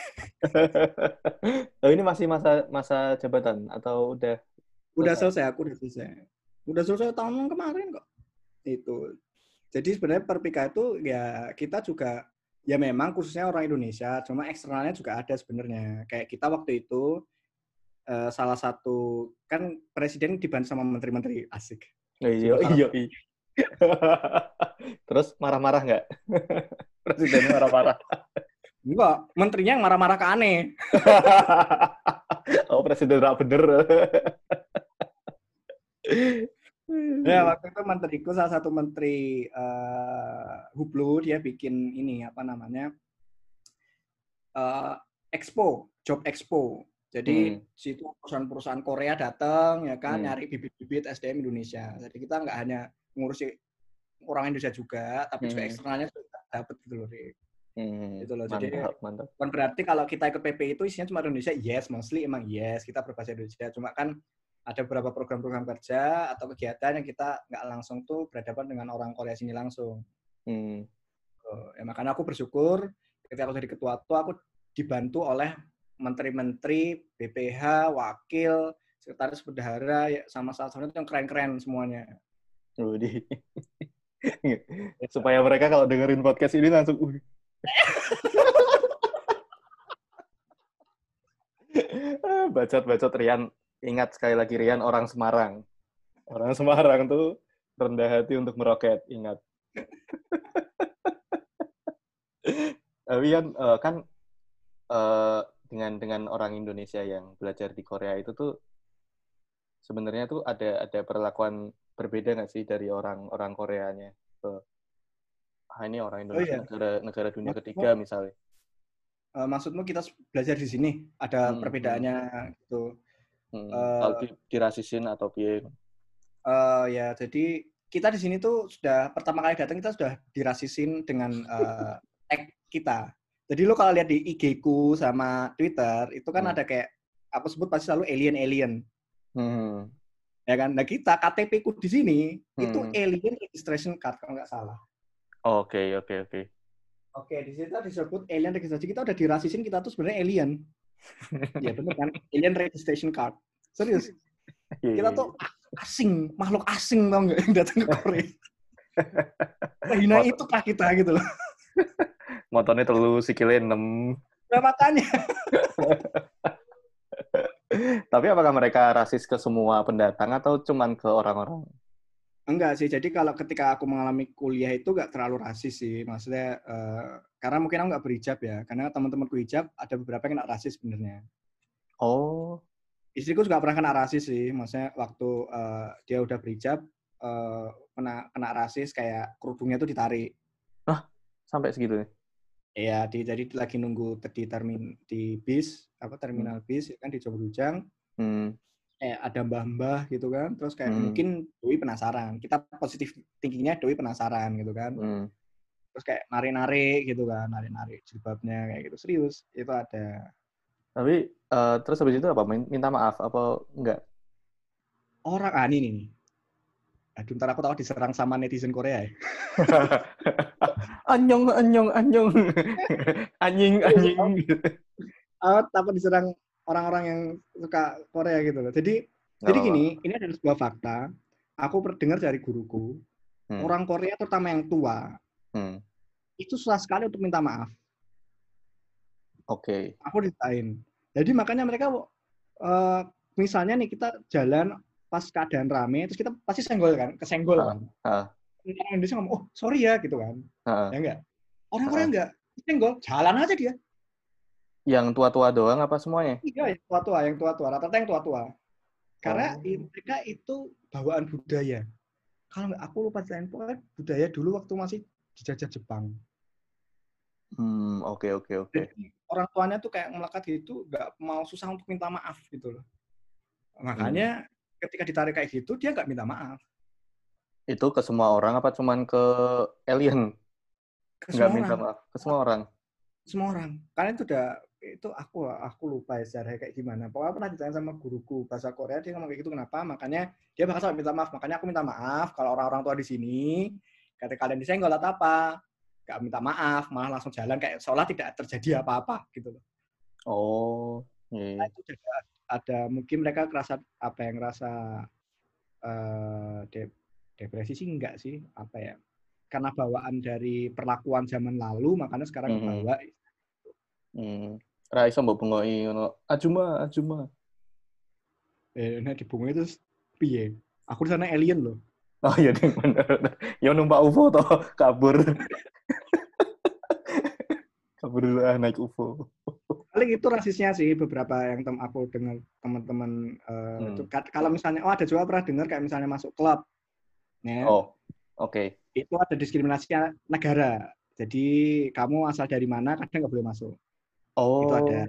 Oh, ini masih masa masa jabatan atau udah udah selesai? Aku udah selesai. Udah selesai tahun kemarin kok. Itu. Jadi sebenarnya Perpika itu ya kita juga ya memang khususnya orang Indonesia, cuma eksternalnya juga ada sebenarnya. Kayak kita waktu itu uh, salah satu kan presiden dibantu sama menteri-menteri, asik. Iya iya. Terus marah-marah nggak? Presidennya marah-marah. Enggak, menterinya yang marah-marah ke aneh. Oh, presiden nggak bener. Ya, waktu itu menteriku salah satu menteri uh, Hublu, dia bikin ini apa namanya uh, expo, job expo. Jadi hmm. situ perusahaan-perusahaan Korea datang ya kan, hmm. nyari bibit-bibit S D M Indonesia. Jadi kita nggak hanya ngurusi orang Indonesia juga, tapi hmm. juga eksternalnya juga dapat gitu loh. Hmm. Gitu loh. Jadi mantap, mantap. Bukan berarti kalau kita ikut P P I itu isinya cuma Indonesia, yes, mostly emang yes, kita berbahasa Indonesia. Cuma kan ada beberapa program-program kerja atau kegiatan yang kita nggak langsung tuh berhadapan dengan orang Korea sini langsung. Hmm. Oh, ya, makanya aku bersyukur ketika aku jadi ketua tuh aku dibantu oleh menteri-menteri, B P H, wakil, sekretaris bendahara, ya, sama salah satunya yang keren-keren semuanya. Rudi. Supaya mereka kalau dengerin podcast ini langsung uh. Bacot-bacot Rian. Ingat sekali lagi Rian orang Semarang. Orang Semarang tuh rendah hati untuk meroket, ingat. Tapi kan uh, kan uh, dengan dengan orang Indonesia yang belajar di Korea itu tuh sebenarnya tuh ada ada perlakuan berbeda nggak sih dari orang-orang Koreanya ke ah, ini orang Indonesia, oh, iya. negara negara dunia maksudmu, ketiga misalnya. Uh, maksudmu kita belajar di sini ada hmm, perbedaannya hmm. gitu. Hmm, uh, kalau di, dirasisin atau piye? Uh, ya jadi kita di sini tuh sudah pertama kali datang kita sudah dirasisin dengan uh, tag kita. Jadi lo kalau lihat di I G-ku sama Twitter itu kan hmm. ada kayak aku sebut pasti selalu alien-alien. Hmm. Ya kan? Nah kita K T P-ku di sini hmm. itu alien registration card kalau nggak salah. Oke, okay, oke, okay, oke. Okay. Oke, di situ disebut alien registration. Kita udah dirasisin kita tuh sebenarnya alien. Ya benar kan? Alien registration card. Serius. Kita tuh asing, makhluk asing tau nggak yang datang ke Korea. Hina itu kah kita gitu loh. Motornya terlalu sikilnya enam. Nah makanya. Tapi apakah mereka rasis ke semua pendatang atau cuman ke orang-orang? Enggak sih, jadi kalau ketika aku mengalami kuliah itu nggak terlalu rasis sih. Maksudnya, uh, karena mungkin aku nggak berhijab ya. Karena teman-temanku hijab, ada beberapa yang kena rasis sebenarnya. Oh. Istriku juga pernah kena rasis sih. Maksudnya waktu uh, dia udah berhijab, uh, kena, kena rasis kayak kerudungnya tuh ditarik. Ah, sampai segitu ya? Iya, di, jadi lagi nunggu di termin di bis, apa terminal hmm. bis, kan di Jogja. Hmm. Kayak ada mbah-mbah gitu kan, terus kayak hmm. mungkin Doi penasaran. Kita positif thinkingnya Doi penasaran gitu kan. Hmm. Terus kayak nari-nari gitu kan, nari-nari jilbabnya kayak gitu. Serius, itu ada. Tapi uh, terus habis itu apa? Minta maaf apa enggak? Orang ah ini nih. Aduh, ntar aku tahu diserang sama netizen Korea ya. anyong, anyong, anyong. Anjing, anjing. Aku takut diserang orang-orang yang suka Korea gitu loh. Jadi, Nggak jadi gini, apa. Ini adalah sebuah fakta. Aku dengar dari guruku, hmm. orang Korea terutama yang tua, hmm. itu susah sekali untuk minta maaf. Oke. Okay. Aku ditain. Jadi makanya mereka, uh, misalnya nih kita jalan pas keadaan rame, terus kita pasti senggol kan, kesenggol ha, kan. Ha. Orang Indonesia ngomong, oh sorry ya gitu kan. Ha. Ya enggak? Orang Korea enggak, senggol, jalan aja dia. Yang tua-tua doang apa semuanya? Iya, yang tua-tua, yang tua-tua, rata-rata yang tua-tua. Karena oh. mereka itu bawaan budaya. Kalau nggak aku lupa selain budaya dulu waktu masih dijajah Jepang. Hmm, oke oke oke. Orang tuanya tuh kayak melekat gitu, nggak mau susah untuk minta maaf gitu loh. Makanya hmm. ketika ditarik kayak gitu, dia nggak minta maaf. Itu ke semua orang apa cuman ke alien? Nggak minta maaf. Ke semua orang? Semua orang. Karena itu udah, itu aku aku lupa ya sejarahnya kayak gimana. Pokoknya pernah ditanya sama guruku bahasa Korea, dia ngomong kayak gitu, kenapa? Makanya dia bakal sampai minta maaf. Makanya aku minta maaf kalau orang-orang tua di sini, kata kalian disenggol atau apa, nggak minta maaf, malah langsung jalan kayak seolah tidak terjadi apa-apa gitu loh. Oh. Iya. Nah, itu juga ada, mungkin mereka kerasa apa yang rasa uh, de, depresi sih enggak sih, apa ya? Karena bawaan dari perlakuan zaman lalu, makanya sekarang mm-hmm. kebawa. Hmm. Ra iso mbok bengoki ngono. Ajuma, ajuma. Eh, nek dibungoi terus piye? Aku di sana alien loh. Oh iya ding bener. Ya numpak U F O toh, kabur. kabur lah naik U F O. Paling itu rasisnya sih beberapa yang tem aku dengar teman-teman uh, hmm. itu. Kalau misalnya oh ada juga pernah dengar kayak misalnya masuk klub. Ya. Oh. Oke. Okay. Itu ada diskriminasi negara. Jadi kamu asal dari mana kadang nggak boleh masuk. Oh. Itu ada.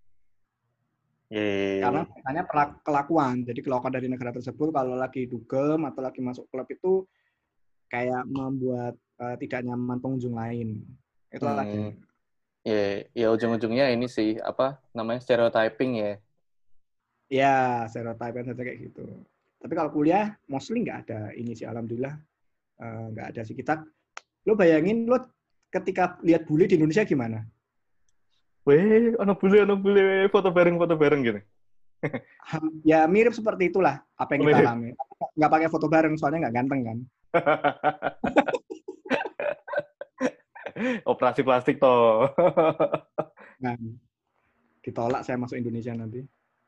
Yeah. Karena misalnya kelakuan. Jadi kelakuan dari negara tersebut kalau lagi dugem atau lagi masuk klub itu kayak membuat uh, tidak nyaman pengunjung lain. Itu hmm. ada. Ya, yeah. ya ujung-ujungnya ini sih apa namanya stereotyping ya. Ya, stereotyping saja kayak gitu. Tapi kalau kuliah mostly nggak ada ini sih, alhamdulillah nggak uh, ada sih. Kita, lo bayangin lo ketika lihat bule di Indonesia gimana? Weh, ono bule, ono bule, foto bareng, foto bareng gitu. Ya mirip seperti itulah apa yang kita alami. Nggak pakai foto bareng soalnya nggak ganteng kan. Operasi plastik toh. Nah, ditolak saya masuk Indonesia nanti.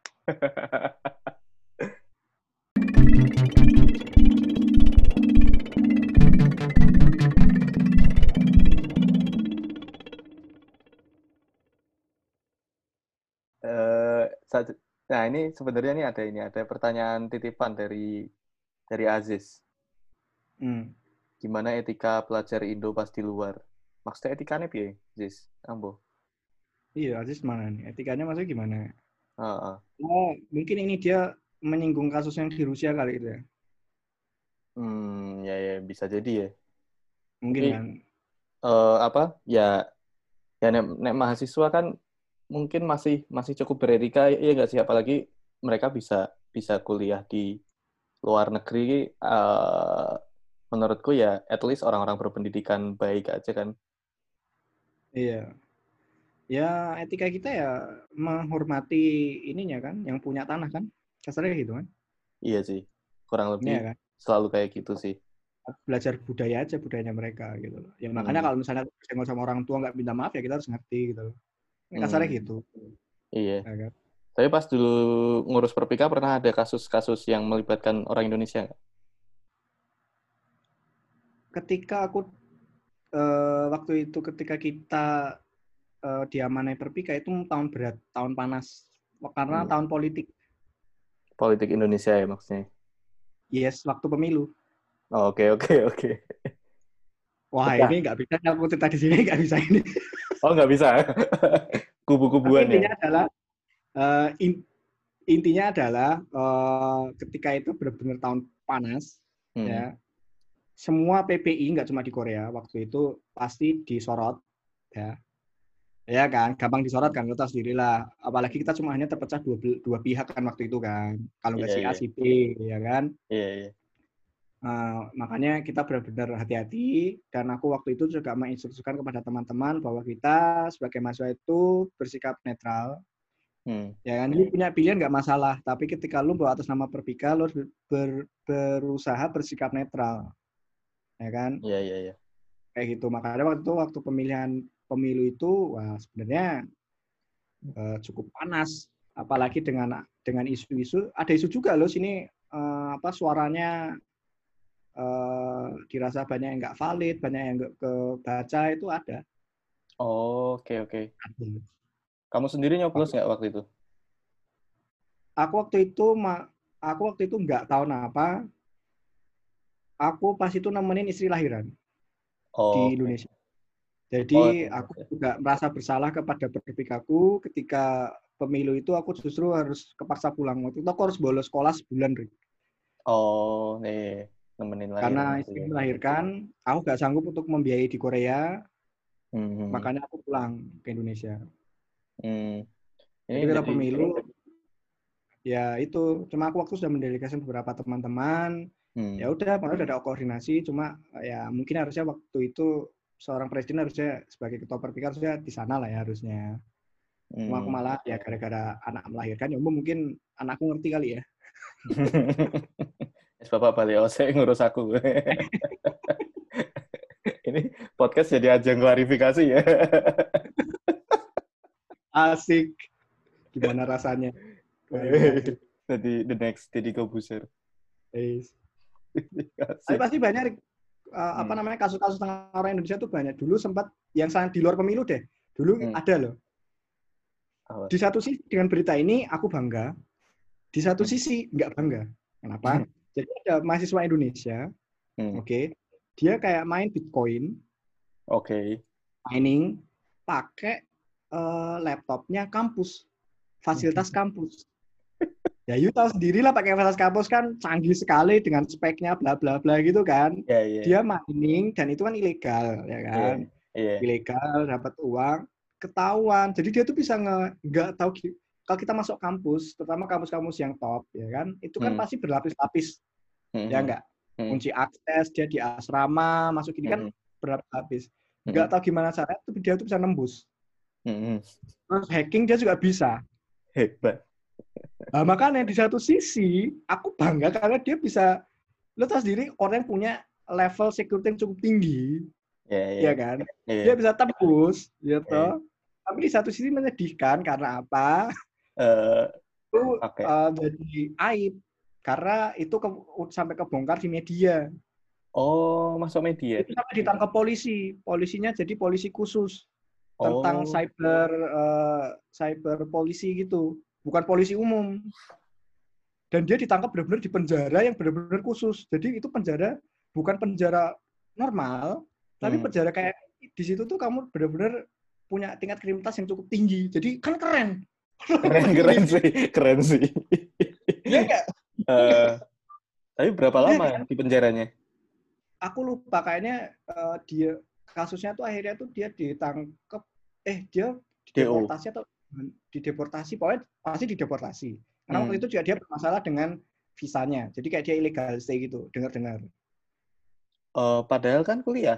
Eh, satu- nah ini sebenarnya nih ada ini ada pertanyaan titipan dari dari Aziz. Hmm. Gimana etika pelajar Indo pas di luar? Maksudnya etikanya piye, Aziz? Ambo. Iya, Aziz mana nih? Etikanya maksudnya gimana? Heeh. Oh, mungkin ini dia menyinggung kasus yang di Rusia kali itu ya. Hmm, ya ya bisa jadi ya. Mungkin Tapi kan. eh, apa? Ya ya nek, nek mahasiswa kan mungkin masih masih cukup beretika ya nggak sih, apalagi mereka bisa bisa kuliah di luar negeri, eh, menurutku ya at least orang-orang berpendidikan baik aja kan. Iya. Ya, etika kita ya menghormati ininya kan, yang punya tanah kan. Kasarnya gitu kan. Iya sih, kurang lebih Iya kan. selalu kayak gitu sih. Belajar budaya aja, budayanya mereka gitu loh. Ya makanya Hmm. kalau misalnya senggol sama orang tua nggak minta maaf ya kita harus ngerti gitu loh. Ini kasarnya Hmm. gitu. Iya. Ya kan? Tapi pas dulu ngurus Perpika pernah ada kasus-kasus yang melibatkan orang Indonesia nggak? Ketika aku eh, waktu itu ketika kita eh, diamanai Perpika itu tahun berat, tahun panas. Karena Hmm. tahun politik. Politik Indonesia ya maksudnya. Yes, waktu pemilu. Oh, oke oke oke. Wah, Pecah. ini nggak bisa aku cerita di sini, nggak bisa ini. Oh nggak bisa. Tapi Kubu-kubuan ya. intinya adalah eh, in- intinya adalah eh, ketika itu benar-benar tahun panas, Hmm. ya. Semua P P I nggak cuma di Korea waktu itu pasti disorot, ya. Ya kan, gampang disorot kan, lo tahu sendirilah. Apalagi kita cuma hanya terpecah dua, dua pihak kan waktu itu kan. Kalau nggak Iya si A, iya si B, ya kan. iya iya. Uh, makanya kita benar-benar hati-hati dan aku waktu itu juga menginstruksikan kepada teman-teman bahwa kita sebagai mahasiswa itu bersikap netral. Hmm. Ya kan, lu punya pilihan nggak masalah, tapi ketika lu bawa atas nama Perpika, lu harus ber, berusaha bersikap netral, ya kan, Iya iya iya. kayak gitu. Makanya waktu itu waktu pemilihan pemilu itu, wah sebenarnya uh, cukup panas, apalagi dengan dengan isu-isu, ada isu juga loh sini uh, apa suaranya uh, dirasa banyak yang nggak valid, banyak yang nggak kebaca itu ada. Oh, oke oke. Ada. Kamu sendiri nyoblos nggak waktu itu? Aku waktu itu, aku waktu itu nggak tahu apa. Aku pas itu nemenin istri lahiran Oh, di oke. Indonesia. Oh, Jadi aku oke. juga merasa bersalah kepada Perpikaku ketika pemilu itu aku justru harus kepaksa pulang. Waktu itu aku harus bolos sekolah sebulan, Rick. Oh, nih nemenin lahiran Karena istri istri ya. melahirkan, aku nggak sanggup untuk membiayai di Korea, Hmm. makanya aku pulang ke Indonesia. Hmm. Ini Jadi kita jadi pemilu, ya itu cuma aku waktu sudah mendelegasikan beberapa teman-teman, ya hmm. udah, malah udah ada koordinasi, cuma ya mungkin harusnya waktu itu seorang presiden harusnya sebagai ketua Perpika harusnya di sana lah ya harusnya. Cuma aku Hmm. malah ya gara-gara anak melahirkan, ya mungkin anakku ngerti kali ya. Es Bapak balik ose ngurus aku. Ini podcast jadi ajang klarifikasi ya. Asik, gimana rasanya klarifikasi. Jadi the next Deddy Kobuser. Yes. Tapi Asik. pasti banyak uh, apa Hmm. namanya kasus-kasus tentang orang Indonesia tuh banyak. Dulu sempat yang sangat di luar pemilu deh. Dulu Hmm. ada loh. Apa? Di satu sisi dengan berita ini aku bangga, di satu Hmm. sisi nggak bangga. Kenapa? Jadi ada mahasiswa Indonesia, Hmm. oke, okay, dia kayak main Bitcoin, Oke. Okay. mining, pakai uh, laptopnya kampus, fasilitas kampus. Ya, you tahu sendiri lah pakai fasilitas kampus kan canggih sekali dengan speknya bla bla bla gitu kan. Yeah, yeah. Dia mining dan itu kan ilegal ya kan. Yeah, yeah. Ilegal, dapat uang, ketahuan. Jadi dia tuh bisa nge, nggak tahu kalau kita masuk kampus, terutama kampus-kampus yang top ya kan, itu kan Hmm. pasti berlapis-lapis. Hmm. Ya enggak? Hmm. Kunci akses, dia di asrama, masuk ini kan Hmm. berlapis. Hmm. Nggak tahu gimana caranya dia tuh bisa nembus. Hmm. Terus hacking dia juga bisa. Hebat. Nah, makanya di satu sisi aku bangga karena dia bisa, lo tahu sendiri orang yang punya level security yang cukup tinggi, Iya, iya. Iya kan? Iya. Dia bisa tembus, gitu. Iya. Tapi di satu sisi menyedihkan karena apa? Eh, Itu oke. uh, jadi aib karena itu ke, sampai kebongkar di media. Oh, masuk media. Itu sampai ditangkap polisi. Polisinya jadi polisi khusus tentang Oh, cyber uh, cyber polisi gitu. Bukan polisi umum. Dan dia ditangkap benar-benar di penjara yang benar-benar khusus. Jadi itu penjara bukan penjara normal, tapi hmm. penjara kayak di situ tuh kamu benar-benar punya tingkat kriminalitas yang cukup tinggi. Jadi kan keren. Keren, keren sih, keren sih. Iya nggak? uh, tapi berapa Iya lama kan? di penjaranya? Aku lupa kayaknya uh, dia kasusnya tuh akhirnya tuh dia ditangkap, eh dia D O. dideportasi atau dideportasi, pokoknya pasti dideportasi. Karena waktu Hmm. itu juga dia bermasalah dengan visanya. Jadi kayak dia illegal stay gitu, dengar-dengar. Uh, padahal kan kuliah.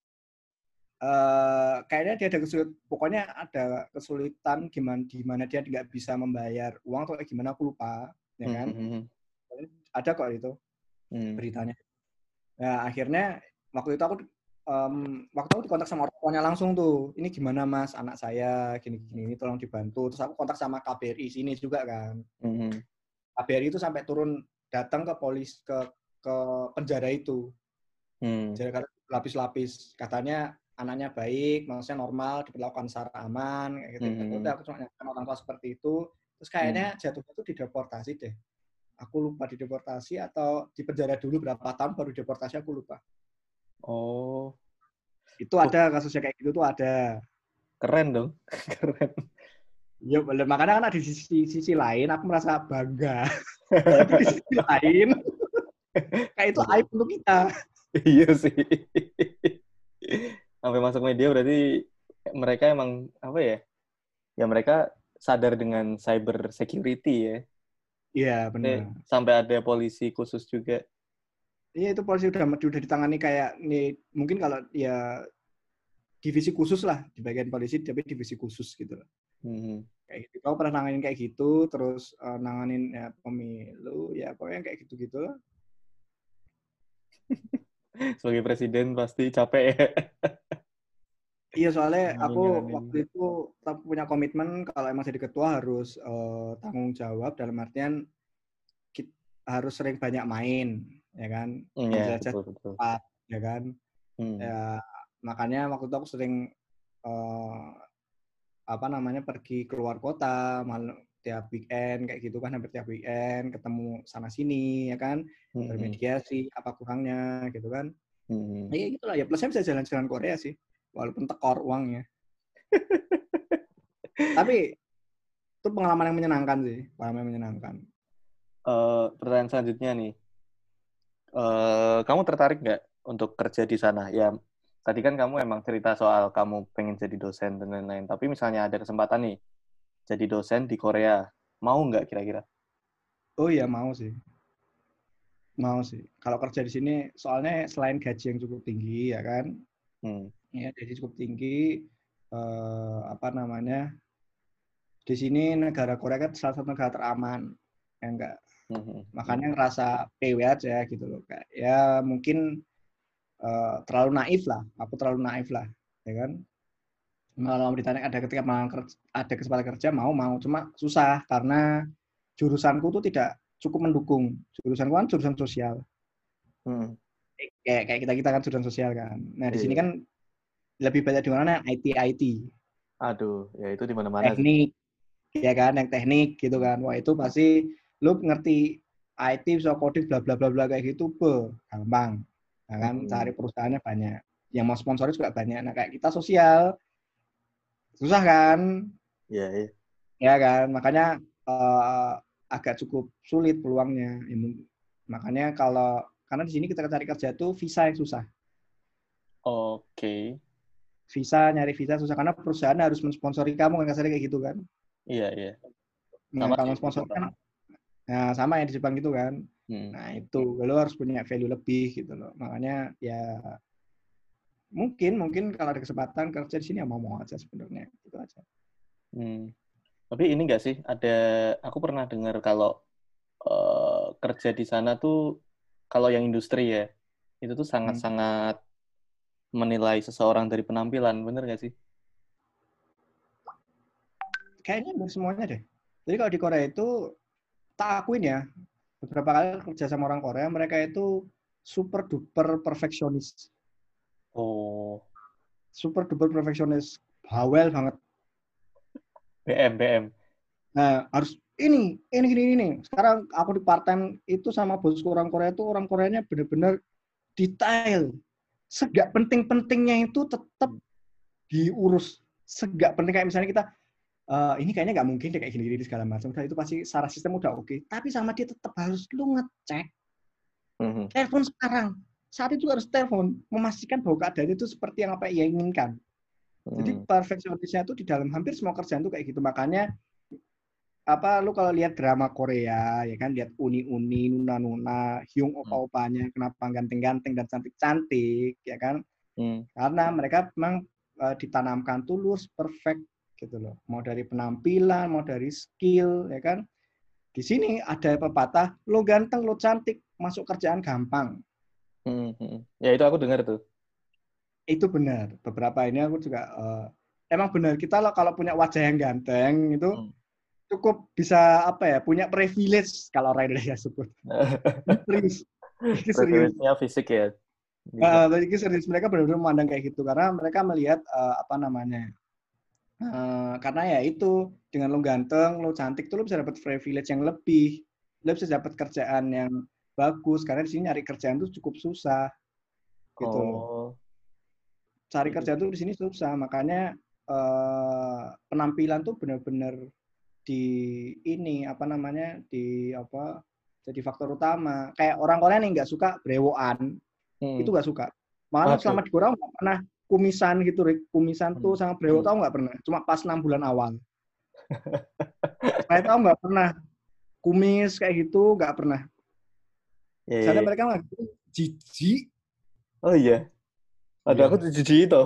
Uh, kayaknya dia ada kesulitan, pokoknya ada kesulitan gimana di mana dia nggak bisa membayar uang atau gimana aku lupa, ya kan? Hmm. Ada kok itu Hmm. beritanya. Nah akhirnya waktu itu aku um, waktu aku dikontak sama orang tuanya langsung tuh, ini gimana mas anak saya gini-gini, ini tolong dibantu. Terus aku kontak sama K B R I sini juga kan. Hmm. K B R I itu sampai turun datang ke polis ke ke penjara itu. Hmm. Jadi lapis-lapis katanya anaknya baik, maksudnya normal, diperlakukan secara aman, kayak gitu. Hmm. Udah aku cuma nyatakan orang tua seperti itu. Terus kayaknya hmm. jatuhnya itu dideportasi deh. Aku lupa dideportasi atau di penjara dulu berapa tahun baru deportasi, aku lupa. Oh. Itu ada kasusnya kayak gitu tuh ada. Keren dong, keren. Ya, makanya kan di sisi, sisi lain aku merasa bangga. Tapi di sisi lain, kayak itu aib untuk kita. Iya sih. Sampai masuk media berarti mereka emang apa ya? Ya mereka sadar dengan cyber security ya. Iya benar. Sampai ada polisi khusus juga. Iya itu polisi udah udah ditangani kayak nih mungkin kalau ya divisi khusus lah di bagian polisi tapi divisi khusus gitu. Hmm. Kayak gitu. Kau pernah nanganin kayak gitu, terus uh, nanganin ya, pemilu ya pokoknya kayak gitu-gitu lah. Sebagai presiden pasti capek ya. Iya soalnya Nanganin, aku nanganin. waktu itu punya komitmen kalau emang jadi ketua harus uh, tanggung jawab dalam artian kita harus sering banyak main ya kan, Iya menjelajah betul betul. tempat ya kan. Hmm. Ya makanya waktu itu aku sering uh, apa namanya pergi keluar kota malam tiap weekend kayak gitu kan, hampir tiap weekend ketemu sana sini ya kan, hmm. bermediasi apa kurangnya gitu kan. Hmm. Ya gitulah ya, plusnya bisa jalan-jalan Korea sih walaupun tekor uangnya. Tapi itu pengalaman yang menyenangkan sih, pengalaman yang menyenangkan. Uh, pertanyaan selanjutnya nih, uh, kamu tertarik nggak untuk kerja di sana? Ya tadi kan kamu emang cerita soal kamu pengen jadi dosen dan lain-lain. Tapi misalnya ada kesempatan nih jadi dosen di Korea, mau nggak kira-kira? Oh iya mau sih, mau sih. Kalau kerja di sini, soalnya selain gaji yang cukup tinggi ya kan, hmm. ya gaji cukup tinggi, eh, apa namanya? Di sini negara Korea kan salah satu negara teraman, ya enggak. Hmm. Makanya ngerasa P W aja gitu loh, kayak ya mungkin uh, terlalu naif lah, aku terlalu naif lah, ya kan. Kalau ditanya ada ketika ada kesempatan kerja mau mau, cuma susah karena jurusanku tuh tidak cukup mendukung. Jurusanku kan jurusan sosial. Hmm. Kayak kayak kita kita kan jurusan sosial kan. Nah di sini kan lebih banyak di mana I T I T. Aduh, ya itu di mana-mana. Teknik, sih. Ya kan, yang teknik gitu kan. Wah itu pasti lu ngerti I T, bisa coding, bla bla bla bla kayak gitu, be, gampang. Nah, kan hmm. cari perusahaannya banyak. Yang mau sponsori juga banyak. Nah kayak kita sosial, susah kan? Iya, iya. Ya kan, makanya uh, agak cukup sulit peluangnya. Ya, makanya kalau karena di sini kita cari kerja tuh visa yang susah. Oke. Okay. Visa, nyari visa susah karena perusahaan harus mensponsori kamu kan, kasarnya kayak gitu kan. Iya, iya. Nah, kalau sponsor kan nah sama yang di Jepang gitu kan. Hmm. Nah, itu lo harus punya value lebih gitu loh. Makanya ya mungkin mungkin kalau ada kesempatan kerja di sini ya mau-mau aja sebenarnya, itu aja. Hmm. Tapi ini enggak sih, ada aku pernah dengar kalau uh, kerja di sana tuh kalau yang industri ya, itu tuh sangat-sangat menilai seseorang dari penampilan, bener nggak sih? Kayaknya hampir semuanya deh. Jadi kalau di Korea itu, tak akuin ya, beberapa kali kerja sama orang Korea, mereka itu super duper perfeksionis. Oh. Super duper perfeksionis. Bawel banget. B M, B M. Nah, harus ini, ini, ini, ini. Sekarang aku di part time itu sama bosku orang Korea itu, orang Koreanya benar-benar detail. Segak penting-pentingnya itu tetap diurus. Segak penting kayak misalnya kita, uh, ini kayaknya nggak mungkin deh kayak gini-gini segala macam. Itu pasti secara sistem udah oke. Okay. Tapi sama dia tetap harus lu ngecek. Mm-hmm. Telepon sekarang. Saat itu harus telepon. Memastikan bahwa keadaan itu seperti yang apa ia inginkan. Mm-hmm. Jadi perfeksionisnya itu di dalam hampir semua kerjaan itu kayak gitu. Makanya apa lu kalau lihat drama Korea ya kan, lihat uni-uni, nuna-nuna, hyung opa-opanya kenapa ganteng-ganteng dan cantik-cantik ya kan, hmm. karena mereka memang uh, ditanamkan tulus, perfect gitu loh, mau dari penampilan, mau dari skill ya kan. Di sini ada pepatah, lo ganteng, lo cantik, masuk kerjaan gampang. Hmm, hmm. Ya itu aku dengar tuh. Itu benar. Beberapa ini aku juga uh, emang benar, kita loh kalau punya wajah yang ganteng itu hmm. cukup bisa apa ya, punya privilege kalau orang Indonesia sebut. Serius. Privilege-nya fisik ya. Nah, uh, ini serius, mereka benar-benar memandang kayak gitu karena mereka melihat uh, apa namanya? Uh, karena ya itu dengan lo ganteng, lo cantik tuh lo bisa dapat privilege yang lebih. Lo bisa dapat kerjaan yang bagus karena di sini nyari kerjaan tuh cukup susah. Gitu oh. loh. Cari kerjaan tuh di sini susah, makanya uh, penampilan tuh benar-benar di ini apa namanya di apa jadi faktor utama. Kayak orang Korea nih nggak suka brewokan, hmm. itu nggak suka. Malah Aduh. selama di Korea nggak pernah kumisan gitu, Rick. Kumisan hmm. tuh sama brewo hmm. tau nggak pernah. Cuma pas enam bulan awal. Saya tahu nggak pernah kumis kayak gitu, nggak pernah. Yeah. Soalnya mereka nggak jijik. Oh iya. Ada yeah. aku tuh jijik itu.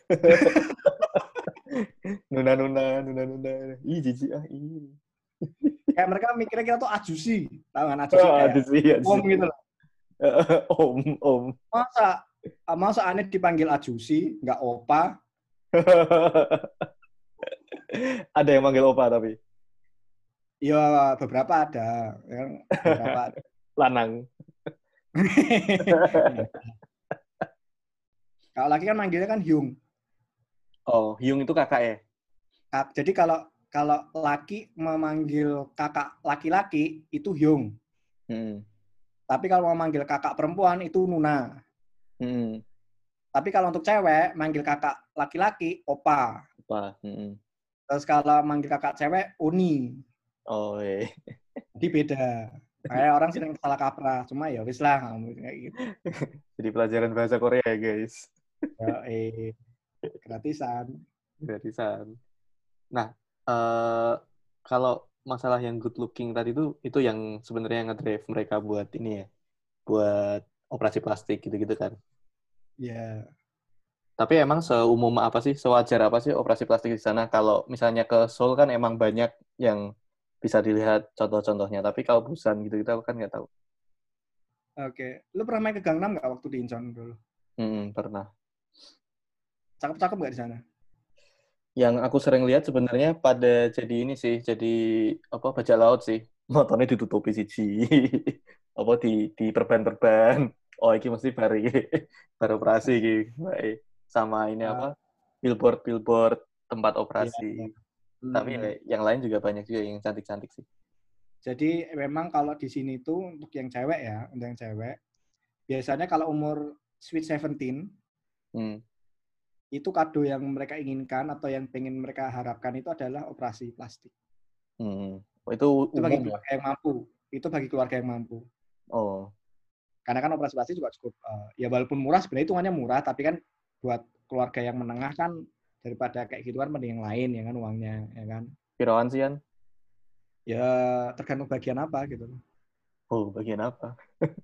Nuna-nuna, nuna-nuna. Ih, jijik ah. Ih. Kayak mereka mikirnya kita tuh ajusi. Tahu kan ajusi oh, kayak ajusi, ajusi. Om gitu loh. om, om. Masa, masa aneh dipanggil ajusi, nggak opa. Ada yang manggil opa tapi? Ya, beberapa ada. Ya, beberapa ada. Lanang. Kalau laki kan manggilnya kan Hyung. Oh, Hyung itu kakak ya? Jadi kalau kalau laki memanggil kakak laki-laki itu Hyung. Hmm. Tapi kalau memanggil kakak perempuan itu Nuna. Hmm. Tapi kalau untuk cewek manggil kakak laki-laki Opa. Opa. Hmm. Terus kalau manggil kakak cewek Uni. Oh iya. Jadi beda. Kayak orang sering salah kaprah, cuma ya wis lah kayak gitu. Jadi pelajaran bahasa Korea ya, guys. Ya, eh gratisan. Gratisan. Nah, uh, kalau masalah yang good looking tadi itu itu yang sebenarnya ngedrive mereka buat ini ya, buat operasi plastik gitu-gitu kan. Iya. Yeah. Tapi emang seumum apa sih, sewajar apa sih operasi plastik di sana? Kalau misalnya ke Seoul kan emang banyak yang bisa dilihat contoh-contohnya. Tapi kalau Busan gitu kita kan nggak tahu. Oke, okay. Lu pernah main ke Gangnam nggak waktu di Incheon dulu? Hmm, pernah. Cakep-cakep nggak di sana? Yang aku sering lihat sebenarnya pada jadi ini sih, jadi apa bajak laut sih. Motornya ditutupi siji. apa di di perban-perban. Oh, ini mesti baru baru operasi gitu. Sama ini apa? Billboard-billboard tempat operasi. Iya, iya. Tapi hmm. ya, yang lain juga banyak juga yang cantik-cantik sih. Jadi memang kalau di sini tuh untuk yang cewek ya, untuk yang cewek, biasanya kalau umur sweet seventeen, hmm. itu kado yang mereka inginkan atau yang pengen mereka harapkan itu adalah operasi plastik. Hmm. Oh, itu, itu bagi keluarga yang mampu. Itu bagi keluarga yang mampu. Oh. Karena kan operasi plastik juga cukup, uh, ya walaupun murah, sebenarnya hitungannya murah, tapi kan buat keluarga yang menengah kan daripada kayak gitu kan mending yang lain ya kan uangnya, ya kan. Pirauan sih kan? Ya tergantung bagian apa gitu. Oh, bagian apa?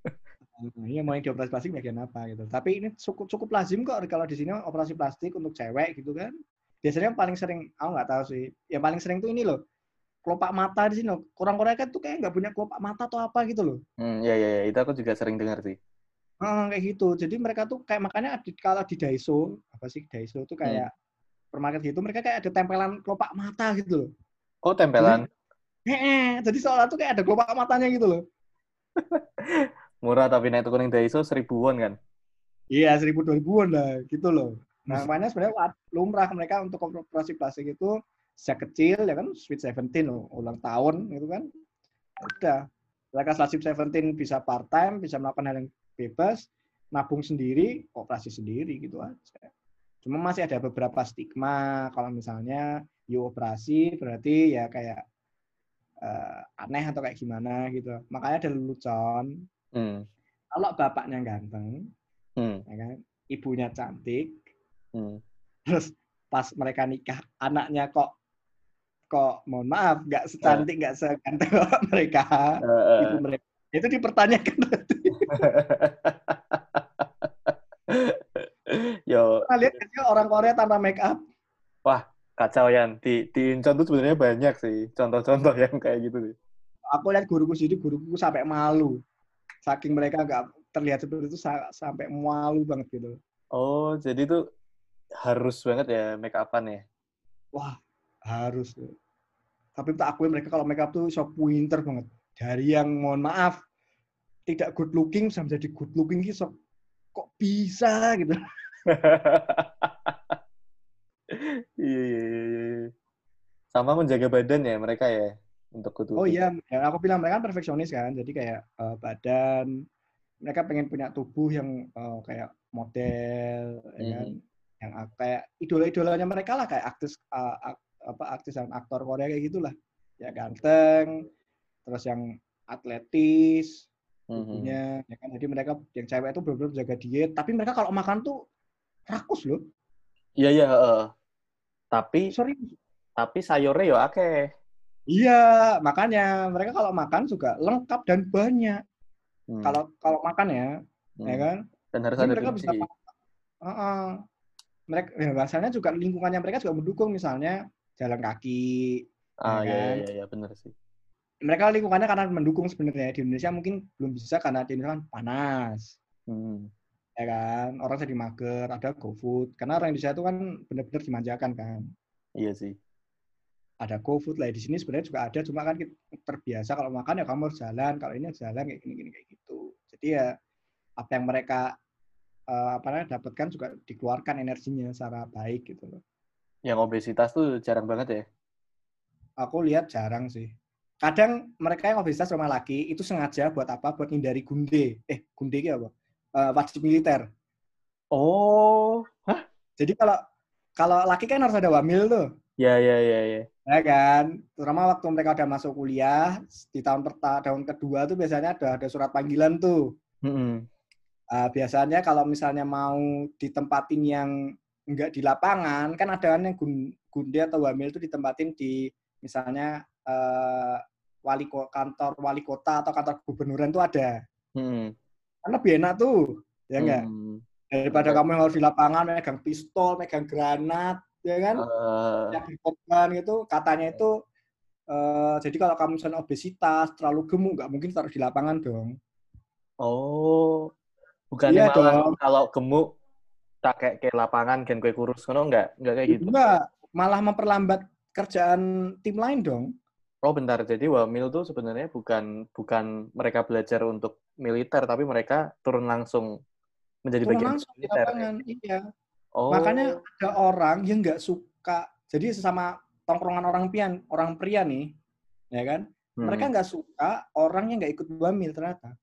Iya, mau yang dioperasi plastik bagian apa gitu. Tapi ini cukup cukup lazim kok kalau di sini operasi plastik untuk cewek gitu kan. Biasanya yang paling sering, aku nggak tahu sih. Yang paling sering tuh ini loh, kelopak mata di sini loh. Orang Korea kan tuh kayak nggak punya kelopak mata atau apa gitu loh. Hmm, ya, ya, ya. Itu aku juga sering dengar sih. Heeh, kayak gitu. Jadi mereka tuh kayak makanya di, kalau di Daiso, apa sih Daiso tuh kayak Hmm. supermarket gitu, mereka kayak ada tempelan kelopak mata gitu loh. Oh, Jadi, tempelan. heeh, jadi seolah tuh kayak ada kelopak matanya gitu loh. Murah tapi naik tuh kuning Daiso seribuan kan. Iya, seribu dua ribuan lah gitu loh. Nah, makanya sebenarnya lumrah mereka untuk koperasi plastik itu sejak kecil ya kan Sweet Seventeen loh, ulang tahun gitu kan. Udah. Mereka setelah Sweet Seventeen bisa part time, bisa melakukan hal yang bebas, nabung sendiri, koperasi sendiri gitu aja. Cuma masih ada beberapa stigma kalau misalnya you operasi berarti ya kayak uh, aneh atau kayak gimana gitu. Makanya ada lelucon. Hmm. Kalau bapaknya ganteng, Hmm. ya kan, ibunya cantik, Hmm. terus pas mereka nikah anaknya kok kok mohon maaf nggak Uh, secantik nggak seganteng mereka uh, ibu uh. mereka itu dipertanyakan. Yo, Pernah lihat kan orang Korea tanpa make up? wah, kacau ya. Di di Incheon tuh sebenarnya banyak sih contoh-contoh yang kayak gitu sih. Aku lihat guruku sendiri, guruku sampai malu saking mereka nggak terlihat seperti itu sampai malu banget gitu. Oh, jadi tuh harus banget ya make upan ya. Wah, harus. Tapi tak akui mereka kalau make up tuh so pinter banget. Dari yang mohon maaf tidak good looking bisa menjadi good looking gitu, kok bisa gitu. Iya, iya, iya, iya. Sama menjaga badan ya mereka ya untuk Oh kutu-kutu. iya, ya aku bilang mereka kan perfeksionis kan, jadi kayak uh, badan mereka pengen punya tubuh yang uh, kayak model, ya kan, Mhm. yang kayak idola-idolanya mereka lah kayak artis uh, apa artis dan aktor Korea kayak gitulah, ya ganteng, terus yang atletis Mhm. tubuhnya, ya kan, jadi mereka yang cewek itu benar-benar jaga diet, tapi mereka kalau makan tuh rakus loh, Iya, iya, heeh. Tapi serius. tapi sayurnya yo akeh. Iya, makanya mereka kalau makan juga lengkap dan banyak. Hmm. Kalau kalau makan ya, ya Hmm. kan. Dan harus Jadi ada mereka bisa, gizi. uh, uh, mereka ya, bahasanya juga lingkungannya mereka juga mendukung, misalnya jalan kaki, ya Ah, ya, ya, kan. ya, ya, benar sih. Mereka lingkungannya karena mendukung sebenarnya. Di Indonesia mungkin belum bisa karena di Indonesia kan panas, Hmm. ya kan. Orang jadi mager, ada GoFood. Karena orang Indonesia itu kan benar-benar dimanjakan kan. Iya sih. Ada GoFood lah di sini sebenarnya juga ada, cuma kan kita terbiasa kalau makan ya kamu harus jalan, kalau ini jalan kayak gini-gini kayak gitu. Jadi ya apa yang mereka uh, apa namanya dapatkan juga dikeluarkan energinya secara baik gitu loh. Yang obesitas tuh jarang banget ya. Aku lihat jarang sih. Kadang mereka yang obesitas rumah laki itu sengaja buat apa? Buat hindari gunde. Eh, gunde itu apa? Uh, wajib militer. Oh, hah? Jadi kalau kalau laki kan harus ada wamil tuh. Ya, ya, ya, ya. Ya kan? Terutama waktu mereka udah masuk kuliah, di tahun pertama, tahun kedua tuh biasanya ada ada surat panggilan tuh. Hmm. Uh, biasanya kalau misalnya mau ditempatin yang enggak di lapangan, kan ada kan yang gunde atau wamil itu ditempatin di misalnya uh, wali kantor wali kota atau kantor gubernuran tuh ada. Hmm. Kan lebih enak tuh, ya enggak? Hmm. Daripada Enggak. kamu yang harus di lapangan megang pistol, megang granat, ya kan? Uh, Yang korban gitu, katanya itu uh, jadi kalau kamu misalnya obesitas, terlalu gemuk, nggak mungkin taruh di lapangan dong. oh, bukannya Iya malah dong. kalau gemuk tak kayak kayak lapangan gen kue kurus kono enggak? Enggak kayak gitu. Enggak, malah memperlambat kerjaan tim lain dong. Oh, bentar. Jadi wamil tuh sebenarnya bukan bukan mereka belajar untuk militer, tapi mereka turun langsung menjadi Turun bagian dari langsung di militer ya. lapangan, iya. Makanya Oh. ada orang yang nggak suka, jadi sesama tongkrongan orang pian, orang pria nih, ya kan? Mereka Hmm. nggak suka orang yang nggak ikut wamil ternyata.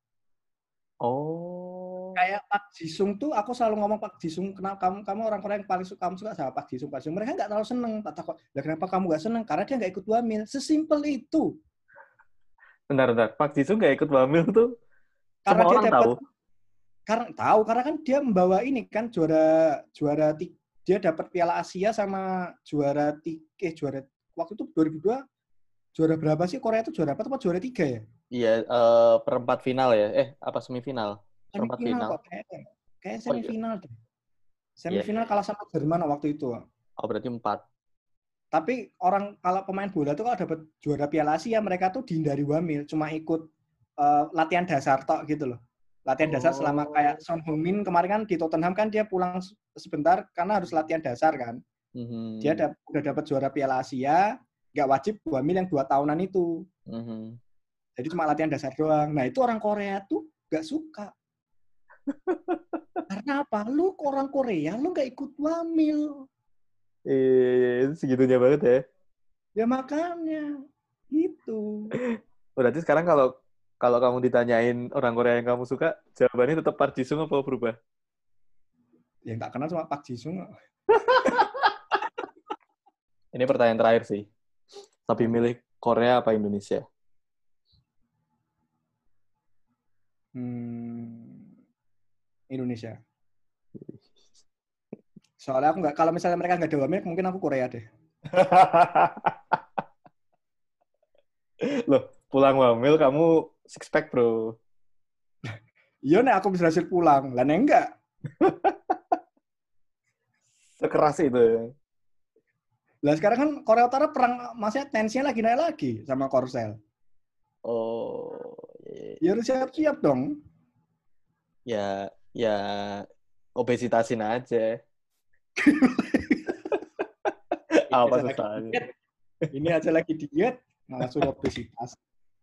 Oh. Kayak Pak Jisung tuh, aku selalu ngomong Pak Jisung, kenapa kamu kamu orang Korea yang paling suka kamu suka sama Pak Jisung, Pak Jisung. Mereka nggak terlalu seneng. Tak takut, lah kenapa kamu nggak seneng? Karena dia nggak ikut wamil. Sesimpel itu. Bentar, bentar. Pak Jisoo nggak ikut wamil tuh Karena semua dia orang tahu. dapat, karena tahu, karena kan dia membawa ini kan juara juara dia dapat Piala Asia sama juara tiga, eh juara waktu itu dua ribu dua juara berapa sih Korea itu juara apa atau juara tiga ya? Iya, eh, perempat final ya. Eh, apa semifinal? Perempat Semifinal final. kok kayaknya. Kayak Oh iya. semifinal deh. Iya, iya, Semifinal iya. kalah sama Jerman waktu itu. Oh, berarti empat. Tapi orang kalau pemain bola tuh kalau dapat juara Piala Asia mereka tuh dihindari wamil, cuma ikut uh, latihan dasar tok gitu loh. Latihan dasar selama kayak Son Heung-min kemarin kan di Tottenham kan dia pulang sebentar karena harus latihan dasar kan. Mm-hmm. Dia da- udah dapat juara Piala Asia, nggak wajib hamil yang dua tahunan itu. Mm-hmm. Jadi cuma latihan dasar doang. Nah itu orang Korea tuh nggak suka. Karena apa? Lu orang Korea, lu nggak ikut hamil. Eh, segitunya banget ya. Ya makanya itu. Berarti sekarang kalau kalau kamu ditanyain orang Korea yang kamu suka, jawabannya tetap Park Ji-sung apa berubah? Ya nggak kenal cuma Park Ji-sung. Ini pertanyaan terakhir sih. Lebih milih Korea apa Indonesia? Hmm, Indonesia. Soalnya aku nggak, kalau misalnya mereka nggak ada hamil, mungkin aku Korea deh. Loh, pulang hamil kamu six pack bro. Iya nih aku bisa hasil pulang, lah enggak. Sekeras itu. Lah sekarang kan Korea Utara perang, maksudnya tensinya lagi naik lagi sama Korsel. Oh, ya harus siap-siap dong. Ya, ya obesitasin aja. Apa susahnya? Ini aja lagi diet, malah suruh obesitas.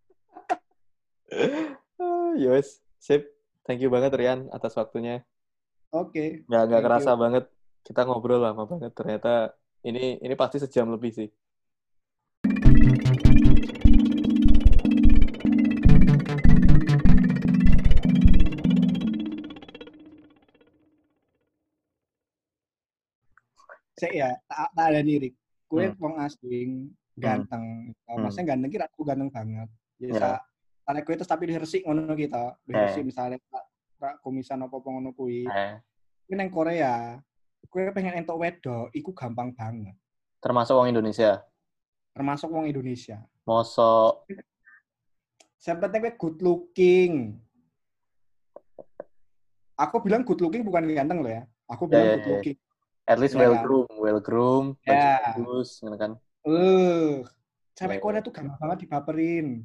Yowes, sip. Thank you banget Rian atas waktunya. Oke. Okay, nggak nggak kerasa you. banget kita ngobrol lama banget. Ternyata ini ini pasti sejam lebih sih. Saya ya tak, tak ada lirik. Kue hmm. wong asing ganteng. Hmm. Maksudnya ganteng kira aku ganteng banget. Ya yeah. Karena kue terus tapi diresik ngono kita. Diresik eh. misalnya Kak komisan apa-apa ngono kuwi. Eh. Kuwi nang Korea, kue pengen entuk wedok iku gampang banget. Termasuk wong Indonesia. Termasuk wong Indonesia. Mosok. Yang penting kue good looking. Aku bilang good looking bukan ganteng loh ya. Aku bilang yeah, good looking. Yeah. At least ya, well groomed, kan? well groomed, ya. bagus, kan? Eh, uh, cewek yeah. Korea tuh gampang banget dibaperin.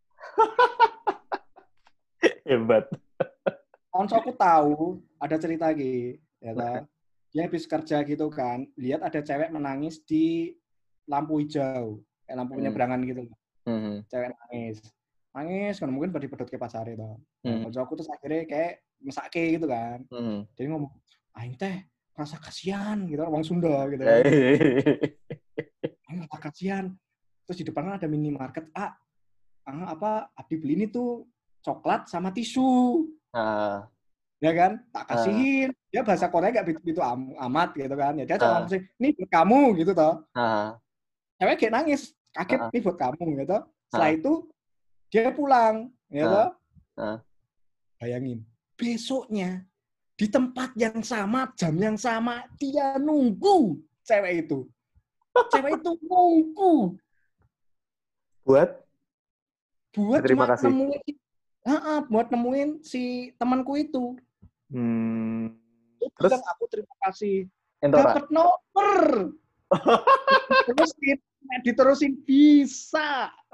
Hebat. Onso aku tahu ada cerita lagi, ya ta. Dia habis kerja gitu kan, lihat ada cewek menangis di lampu hijau, kayak lampu penyeberangan hmm. gitu. Hmm. Cewek nangis, nangis kan mungkin berdipedot ke pasare toh. Hmm. Onso aku terus akhirnya kayak mesake gitu kan. Hmm. Jadi ngomong, aing teh rasa kasihan gitu, orang Sunda gitu kan. Rasa kasihan. Terus di depan ada minimarket, ah, ah apa, abdi beli ini tuh coklat sama tisu. Ah. Ya kan? Tak kasihin. Ah. Dia bahasa Korea gak begitu amat gitu kan. Ya dia cuma ngomong, ini buat kamu gitu toh. Ah. Cewek kayak nangis, kaget, ah. Ini buat kamu gitu. Setelah ah. itu dia pulang, gitu. Ah. Ah. Bayangin, besoknya di tempat yang sama, jam yang sama, dia nunggu cewek itu. Cewek itu nunggu. Buat? Buat cuma kasih. nemuin, uh-uh, buat nemuin si temanku itu. Hmm. Itu terus aku terima kasih. Dapat nomor. Diterusin, diterusin bisa.